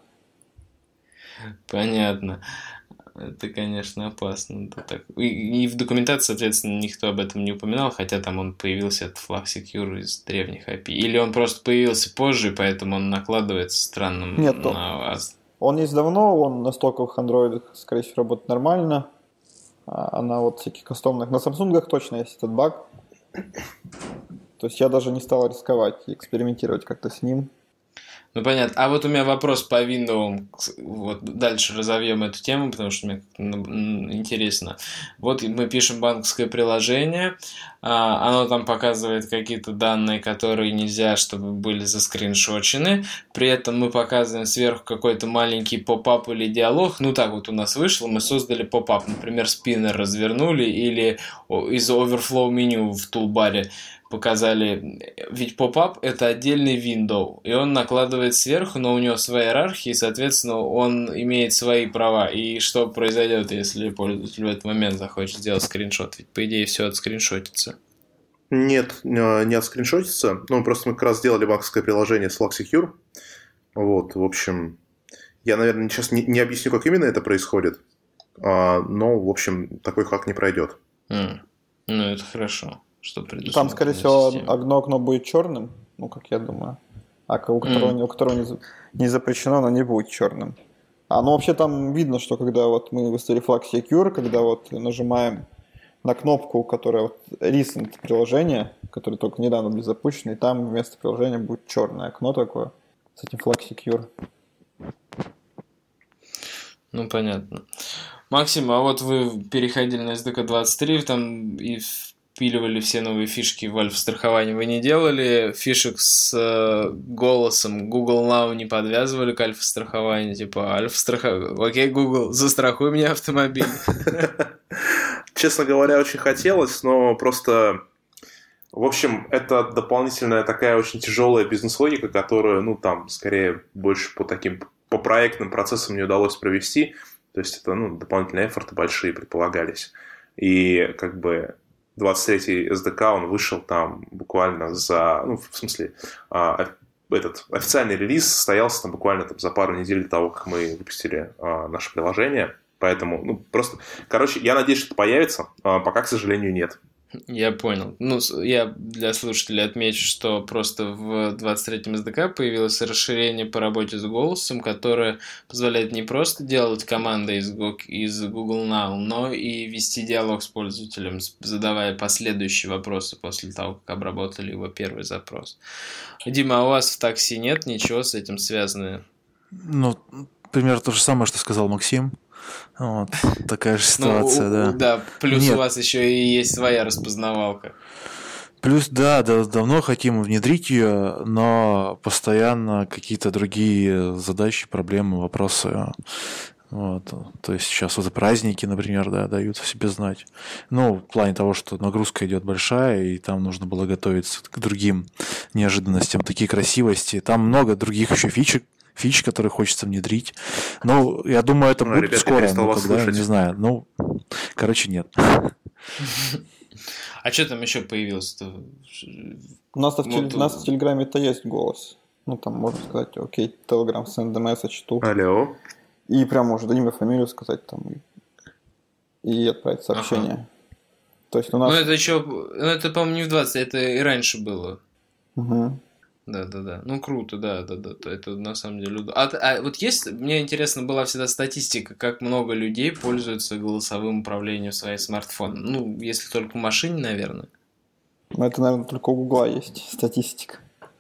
Понятно. Это, конечно, опасно. Это так. И, и в документации, соответственно, никто об этом не упоминал, хотя там он появился, этот флаг Secure из древних эй пи ай. Или он просто появился позже, поэтому он накладывается странным Нет, на вас. Он есть давно, он на стоковых андроидах, скорее всего, работает нормально. А на вот всяких кастомных... На Samsung точно есть этот баг. То есть я даже не стал рисковать и экспериментировать как-то с ним. Ну, понятно. А вот у меня вопрос по Windows. Вот дальше разовьем эту тему, потому что мне интересно. Вот мы пишем банковское приложение. Оно там показывает какие-то данные, которые нельзя, чтобы были заскриншочены. При этом мы показываем сверху какой-то маленький поп-ап или диалог. Ну, так вот у нас вышло. Мы создали поп-ап. Например, спиннер развернули или из overflow меню в тулбаре показали, ведь поп-ап это отдельный window, и он накладывает сверху, но у него своя иерархия, и, соответственно, он имеет свои права. И что произойдет, если пользователь в этот момент захочет сделать скриншот? Ведь, по идее, все отскриншотится. Нет, не отскриншотится. Ну, просто мы как раз сделали банковское приложение с Flag Secure. Вот, в общем, я, наверное, сейчас не, не объясню, как именно это происходит, но, в общем, такой хак не пройдет. Mm. Ну, это хорошо. Что там, скорее всего, одно окно будет черным, ну, как я думаю, а у которого, mm. у которого не, не запрещено, оно не будет черным. А, ну, вообще там видно, что когда вот мы выставили флаг Secure, когда вот нажимаем на кнопку, которая вот recent приложение, которое только недавно были запущены, и там вместо приложения будет черное окно такое с этим флаг Secure. Ну, понятно. Максим, а вот вы переходили на эс ди кей двадцать три, там и впиливали все новые фишки в альфа-страхование. Вы не делали фишек с э, голосом? Google Now не подвязывали к альфа-страхованию? Типа, альфа-страхование. Окей, Google, застрахуй мне автомобиль. Честно говоря, очень хотелось, но просто... В общем, это дополнительная такая очень тяжелая бизнес-логика, которую, ну, там, скорее, больше по таким, по проектным процессам не удалось провести. То есть это, ну, дополнительные эфорты большие предполагались. И, как бы, двадцать третий эс ди кей, он вышел там буквально за... Ну, в смысле, а, этот официальный релиз состоялся там буквально там, за пару недель до того, как мы выпустили а, наше приложение. Поэтому, ну, просто... Короче, я надеюсь, что это появится. А, пока, к сожалению, нет. Я понял. Ну, я для слушателей отмечу, что просто в двадцать третьем эс ди кей появилось расширение по работе с голосом, которое позволяет не просто делать команды из, из Google Now, но и вести диалог с пользователем, задавая последующие вопросы после того, как обработали его первый запрос. Дима, а у вас в такси нет ничего с этим связанного? Ну, примерно то же самое, что сказал Максим. Вот, такая же ситуация, ну, да. Да, плюс Нет. У вас еще и есть своя распознавалка. Плюс, да, да, давно хотим внедрить ее, но постоянно какие-то другие задачи, проблемы, вопросы. Вот. То есть сейчас вот праздники, например, да, дают о себе знать. Ну, в плане того, что нагрузка идет большая, и там нужно было готовиться к другим неожиданностям, такие красивости. Там много других еще фичек, фич, которые хочется внедрить. Ну, я думаю, это ну, будет ребят, скоро, но когда, слушать. Не знаю. Ну, короче, нет. А что там еще появилось-то? У нас, ну, в, у нас в Телеграме-то есть голос. Ну, там можно сказать, окей, Telegram, send a message to. Алло. И прям можно имя, фамилию сказать там и отправить сообщение. Ага. То есть у нас... Ну, это еще... Ну, это, по-моему, не в двадцать, это и раньше было. Угу. Да, да, да. Ну, круто, да, да, да. Это на самом деле... А, а вот есть, мне интересно была всегда статистика, как много людей пользуются голосовым управлением своим смартфоном. Ну, если только в машине, наверное. Ну, это, наверное, только у Гугла есть статистика.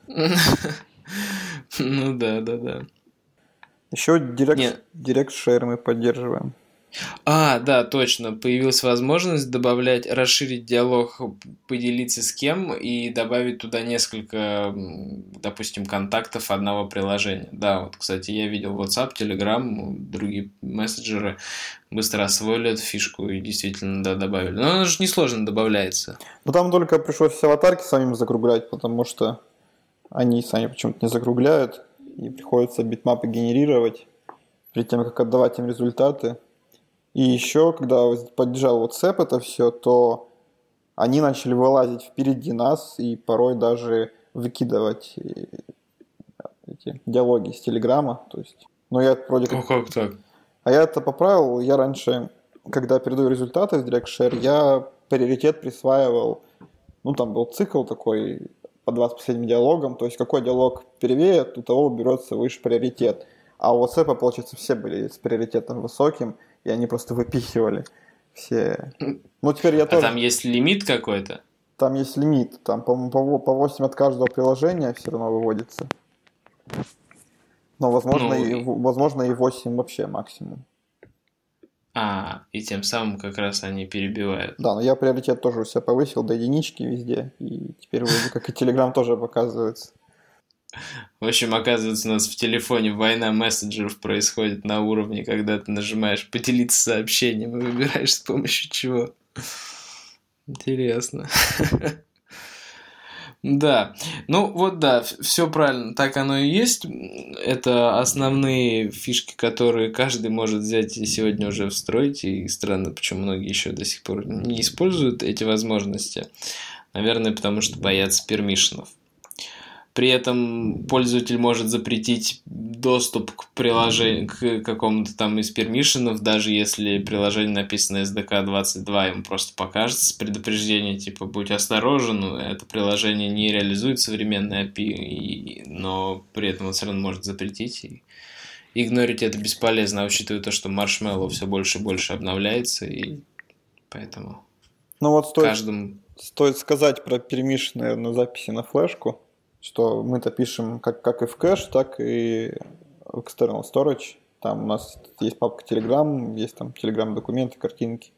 Ну, да, да, да. Еще Direct Share мы поддерживаем. А, да, точно. Появилась возможность добавлять, расширить диалог, поделиться с кем и добавить туда несколько, допустим, контактов одного приложения. Да, вот, кстати, я видел WhatsApp, Telegram, другие мессенджеры быстро освоили эту фишку и действительно, да, добавили. Но она же несложно добавляется. Ну, там только пришлось все аватарки самим закруглять, потому что они сами почему-то не закругляют, и приходится битмапы генерировать перед тем, как отдавать им результаты. И еще, когда поддержал WhatsApp это все, то они начали вылазить впереди нас и порой даже выкидывать эти диалоги с Телеграма. То есть, ну, я вроде как... О, как так? А я это поправил. Я раньше, когда передаю результаты в Direct Share, я приоритет присваивал, ну, там был цикл такой по двадцать последним диалогам, то есть какой диалог первее, у того берется выше приоритет. А у WhatsApp, получается, все были с приоритетом высоким, и они просто выпихивали все. Ну, теперь я а тоже... там есть лимит какой-то? Там есть лимит. Там, по-моему, по восемь от каждого приложения все равно выводится. Но, возможно, ну, и, возможно, и восемь вообще максимум. А, и тем самым как раз они перебивают. Да, но я приоритет тоже у себя повысил до единички везде. И теперь вроде как и Telegram тоже показывается. В общем, оказывается, у нас в телефоне война мессенджеров происходит на уровне, когда ты нажимаешь «поделиться сообщением» и выбираешь с помощью чего. Интересно. Да, ну вот да, все правильно, так оно и есть. Это основные фишки, которые каждый может взять и сегодня уже встроить. И странно, почему многие еще до сих пор не используют эти возможности. Наверное, потому что боятся пермишенов. При этом пользователь может запретить доступ к приложению, к какому-то там из пермишенов, даже если приложение написано эс ди кей двадцать два, ему просто покажется предупреждение, типа, будь осторожен, это приложение не реализует современный эй пи ай, но при этом он все равно может запретить. И игнорить это бесполезно, учитывая то, что Marshmallow все больше и больше обновляется, и поэтому ну вот стоит, каждому... стоит сказать про пермишенные на записи на флешку, что мы-то пишем как, как и в кэш, так и в external storage. Там у нас есть папка Telegram, есть там Telegram документы, картинки,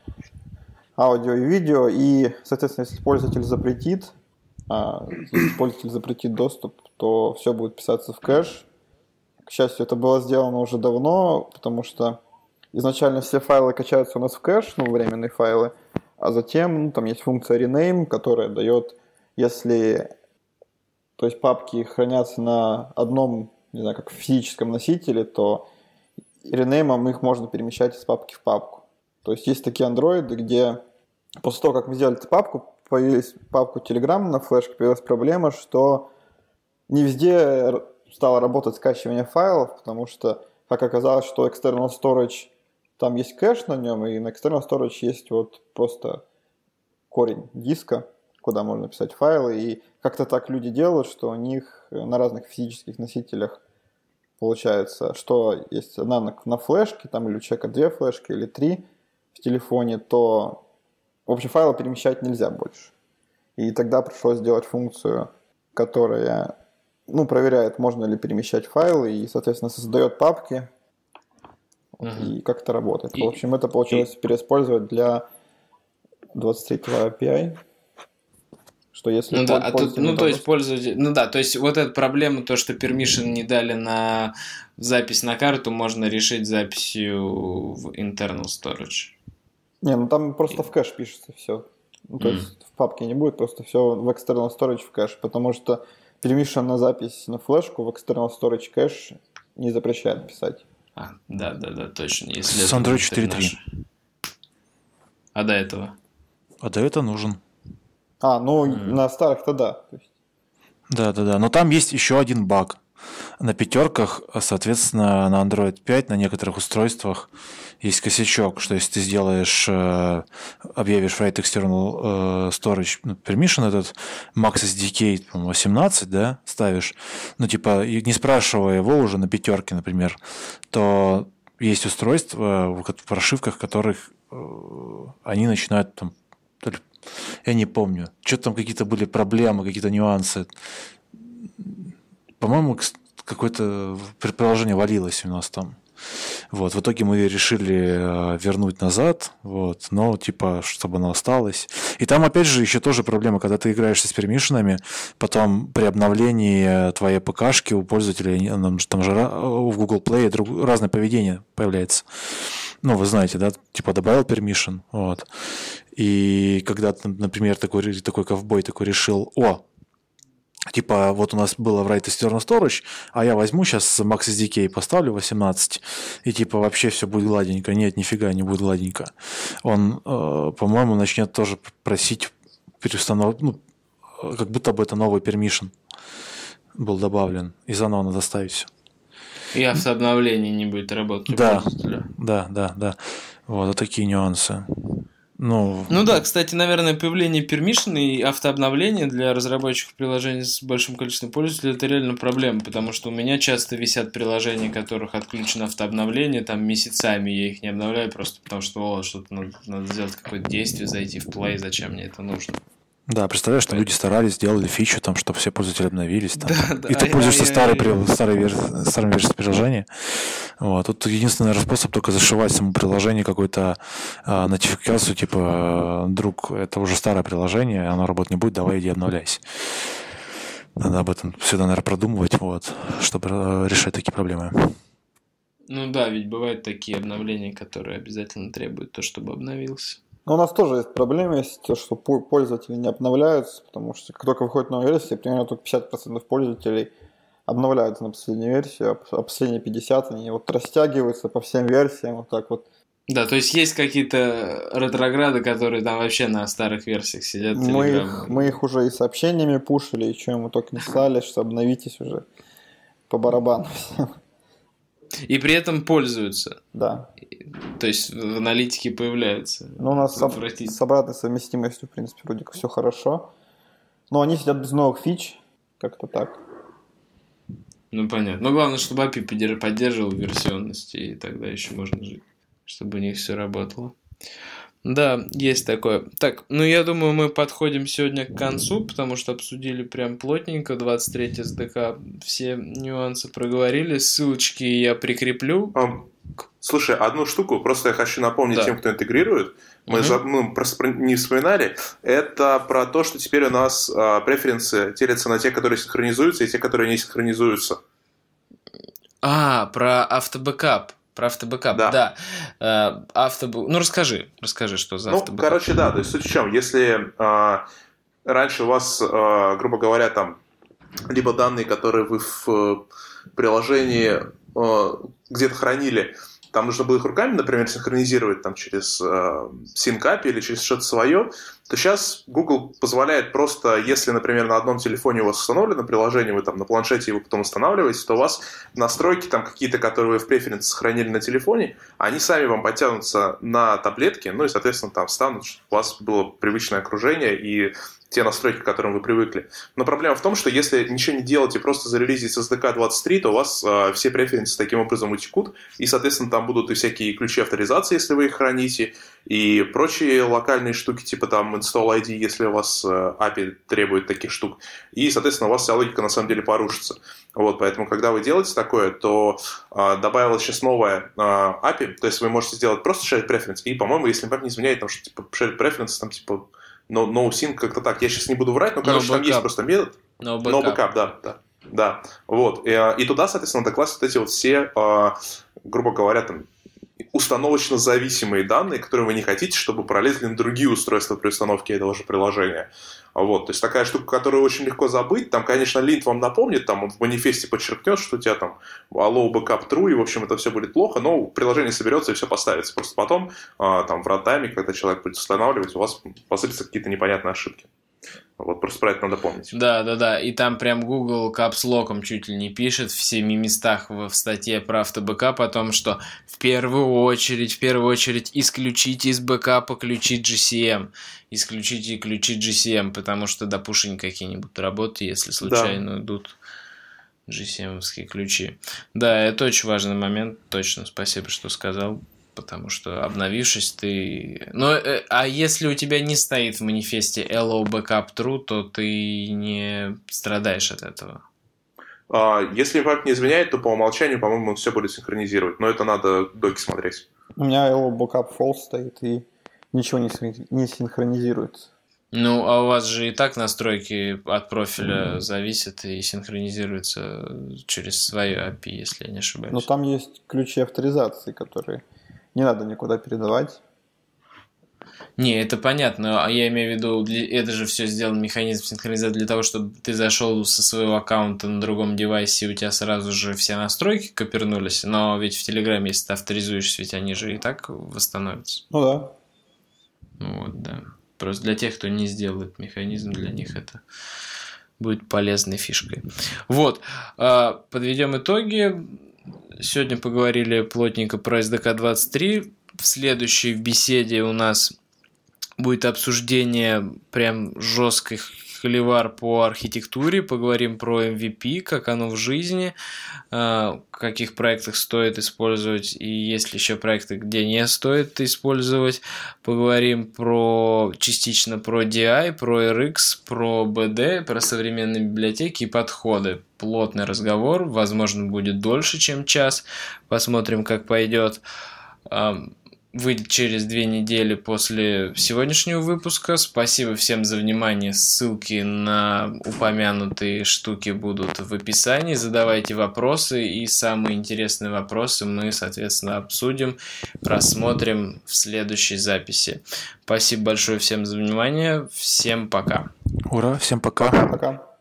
аудио и видео. И, соответственно, если пользователь запретит, а, если пользователь запретит доступ, то все будет писаться в кэш. К счастью, это было сделано уже давно, потому что изначально все файлы качаются у нас в кэш, ну, временные файлы, а затем ну, там есть функция rename, которая дает, если... То есть папки хранятся на одном, не знаю, как в физическом носителе, то ренеймом их можно перемещать из папки в папку. То есть есть такие андроиды, где после того, как мы сделали эту папку, появилась папку Telegram на флешке, появилась проблема, что не везде стало работать скачивание файлов, потому что, как оказалось, что external storage, там есть кэш на нем, и на external storage есть вот просто корень диска, куда можно писать файлы, и как-то так люди делают, что у них на разных физических носителях получается, что есть одна на, на флешке, там или у человека две флешки, или три в телефоне, то, в общем, файлы перемещать нельзя больше. И тогда пришлось сделать функцию, которая, ну, проверяет, можно ли перемещать файлы, и, соответственно, создает папки, uh-huh. и как это работает. И, в общем, это получилось и... переиспользовать для двадцать третьего эй пи ай. Что если ну да, а тут, ну то есть пользователь, ну да, то есть вот эта проблема, то, что permission не дали на запись на карту, можно решить записью в internal storage. Не, ну там просто в кэш пишется все. Ну, то mm. есть в папке не будет, просто все в external storage в кэш, потому что permission на запись на флешку в external storage кэш не запрещает писать. А, да, да, да, точно. Если с Android четыре точка три. А до этого? А до этого нужен. А, ну mm. на старых-то да. Да, да, да. Но там есть еще один баг. на пятерках, соответственно, на Android пять на некоторых устройствах есть косячок, что если ты сделаешь, объявишь write external storage permission, этот max эс ди кей, по-моему, восемнадцать, да, ставишь, ну, типа, не спрашивая его уже на пятерке, например, то есть устройства в прошивках, которых они начинают там, я не помню, что-то там какие-то были проблемы, какие-то нюансы. По-моему, какое-то приложение валилось у нас там. Вот, в итоге мы решили вернуть назад, вот, но типа, чтобы оно осталось. И там, опять же, еще тоже проблема, когда ты играешься с пермишенами, потом при обновлении твоей ПКшки у пользователей, там же в Google Play друг, разное поведение появляется. Ну, вы знаете, да, типа добавил permission, вот. И когда, например, такой, такой ковбой такой решил, о, типа, вот у нас было write external storage, а я возьму сейчас max эс ди кей поставлю восемнадцать, и типа вообще все будет гладенько. Нет, нифига не будет гладенько. Он, э, по-моему, начнет тоже просить переустановку, ну, как будто бы это новый permission был добавлен, и заново надо ставить все. И автообновление не будет работать у да, пользователя. Да, да, да. Вот, вот такие нюансы. Ну, ну да, кстати, наверное, появление пермишн и автообновления для разработчиков приложений с большим количеством пользователей – это реально проблема, потому что у меня часто висят приложения, у которых отключено автообновление, там месяцами я их не обновляю, просто потому что о, что-то надо, надо сделать, какое-то действие, зайти в Play, зачем мне это нужно. Да, представляешь, что люди старались, сделали фичу, там, чтобы все пользователи обновились. Там, да, там. Да, и ты а пользуешься я, старой, я, я... старой, версией, старой версией приложения. Вот. Тут единственный способ только зашивать само приложение, какую-то а, нотификацию, типа, друг, это уже старое приложение, оно работать не будет, давай иди обновляйся. Надо об этом всегда, наверное, продумывать, вот, чтобы решать такие проблемы. Ну да, ведь бывают такие обновления, которые обязательно требуют то, чтобы обновился. Но у нас тоже есть проблема, есть то, что пользователи не обновляются, потому что как только выходит новая версия, примерно только пятьдесят процентов пользователей обновляются на последнюю версию, а последние пятьдесят процентов они вот растягиваются по всем версиям, вот так вот. Да, то есть есть какие-то ретрограды, которые там вообще на старых версиях сидят. Мы их, мы их уже и сообщениями пушили, и что ему только не слали, что обновитесь уже по барабану всем. И при этом пользуются. Да. То есть в аналитике появляются. Ну, у нас с, с обратной совместимостью, в принципе, вроде как все хорошо. Но они сидят без новых фич, как-то так. Ну, понятно. Но главное, чтобы эй пи ай поддерживал версионность, и тогда еще можно жить, чтобы у них все работало. Да, есть такое. Так, ну я думаю, мы подходим сегодня к концу, потому что обсудили прям плотненько двадцать третий эс ди кей, все нюансы проговорили, ссылочки я прикреплю. Um, слушай, одну штуку, просто я хочу напомнить да. тем, кто интегрирует, мы, угу. за, мы просто не вспоминали, это про то, что теперь у нас а, преференсы делятся на те, которые синхронизуются, и те, которые не синхронизуются. А, про автобэкап. Про автобэкап, да. да. Uh, автобэкап. Ну, расскажи, расскажи, что за ну, автобэкап. Ну, короче, да, то есть суть в чем, если а, раньше у вас, а, грубо говоря, там, либо данные, которые вы в а, приложении а, где-то хранили, там нужно было их руками, например, синхронизировать там, через э, SyncAPI или через что-то свое, то сейчас Google позволяет просто, если, например, на одном телефоне у вас установлено приложение, вы там на планшете его потом устанавливаете, то у вас настройки там какие-то, которые вы в преференсах сохранили на телефоне, они сами вам подтянутся на таблетке, ну и, соответственно, там встанут, чтобы у вас было привычное окружение и те настройки, к которым вы привыкли. Но проблема в том, что если ничего не делать и просто зарелизить эс ди кей двадцать три, то у вас э, все преференсы таким образом утекут, и, соответственно, там будут и всякие ключи авторизации, если вы их храните, и прочие локальные штуки, типа там install ай ди, если у вас э, эй пи ай требует таких штук, и, соответственно, у вас вся логика на самом деле порушится. Вот, поэтому, когда вы делаете такое, то э, добавилась сейчас новая э, эй пи ай, то есть вы можете сделать просто shared preference, и, по-моему, если память не изменяет, там, что типа shared preference, там, типа No, no sync как-то так. Я сейчас не буду врать, но, короче, no там есть просто метод. No backup. No backup, да, да. Да. Вот. И, и туда, соответственно, докласть вот эти вот все, э, грубо говоря, там, установочно зависимые данные, которые вы не хотите, чтобы пролезли на другие устройства при установке этого же приложения. Вот. То есть такая штука, которую очень легко забыть. Там, конечно, линт вам напомнит, там он в манифесте подчеркнет, что у тебя там allow backup true, и, в общем, это все будет плохо, но приложение соберется и все поставится. Просто потом, там, в рантайме, когда человек будет устанавливать, у вас посыпятся какие-то непонятные ошибки. Вот просто про это надо помнить. Да, да, да. И там прям Google капслоком чуть ли не пишет в семи местах в, в статье про автобэкап о том, что в первую очередь, в первую очередь исключите из бэкапа ключи джи си эм. Исключите ключи джи си эм, потому что до пушень какие-нибудь работы, если случайно да. идут джи си эм-овские ключи. Да, это очень важный момент, точно. Спасибо, что сказал. Потому что, обновившись, ты... Ну, а если у тебя не стоит в манифесте hello backup true, то ты не страдаешь от этого. А, если память не изменяет, то по умолчанию, по-моему, он все будет синхронизировать. Но это надо доки смотреть. У меня hello backup false стоит, и ничего не, не синхронизируется. Ну, а у вас же и так настройки от профиля зависят и синхронизируются через свою эй пи ай, если я не ошибаюсь. Но там есть ключи авторизации, которые... Не надо никуда передавать. Не, это понятно, а я имею в виду, это же все сделан механизм синхронизации для того, чтобы ты зашел со своего аккаунта на другом девайсе, и у тебя сразу же все настройки копернулись, но ведь в Телеграме, если ты авторизуешься, ведь они же и так восстановятся. Ну да. Ну вот, да. Просто для тех, кто не сделает механизм, для них это будет полезной фишкой. Вот, подведем итоги. Сегодня поговорили плотненько про эс ди кей двадцать три. В следующей беседе у нас будет обсуждение прям жестких холивар по архитектуре. Поговорим про эм ви пи, как оно в жизни, в каких проектах стоит использовать и есть ли еще проекты, где не стоит использовать. Поговорим про частично про ди ай, про эр икс, про би ди, про современные библиотеки и подходы. Плотный разговор, возможно, будет дольше, чем час. Посмотрим, как пойдет. Выйдет через две недели после сегодняшнего выпуска. Спасибо всем за внимание. Ссылки на упомянутые штуки будут в описании. Задавайте вопросы, и самые интересные вопросы мы, соответственно, обсудим, просмотрим в следующей записи. Спасибо большое всем за внимание. Всем пока. Ура, всем пока. Пока-пока.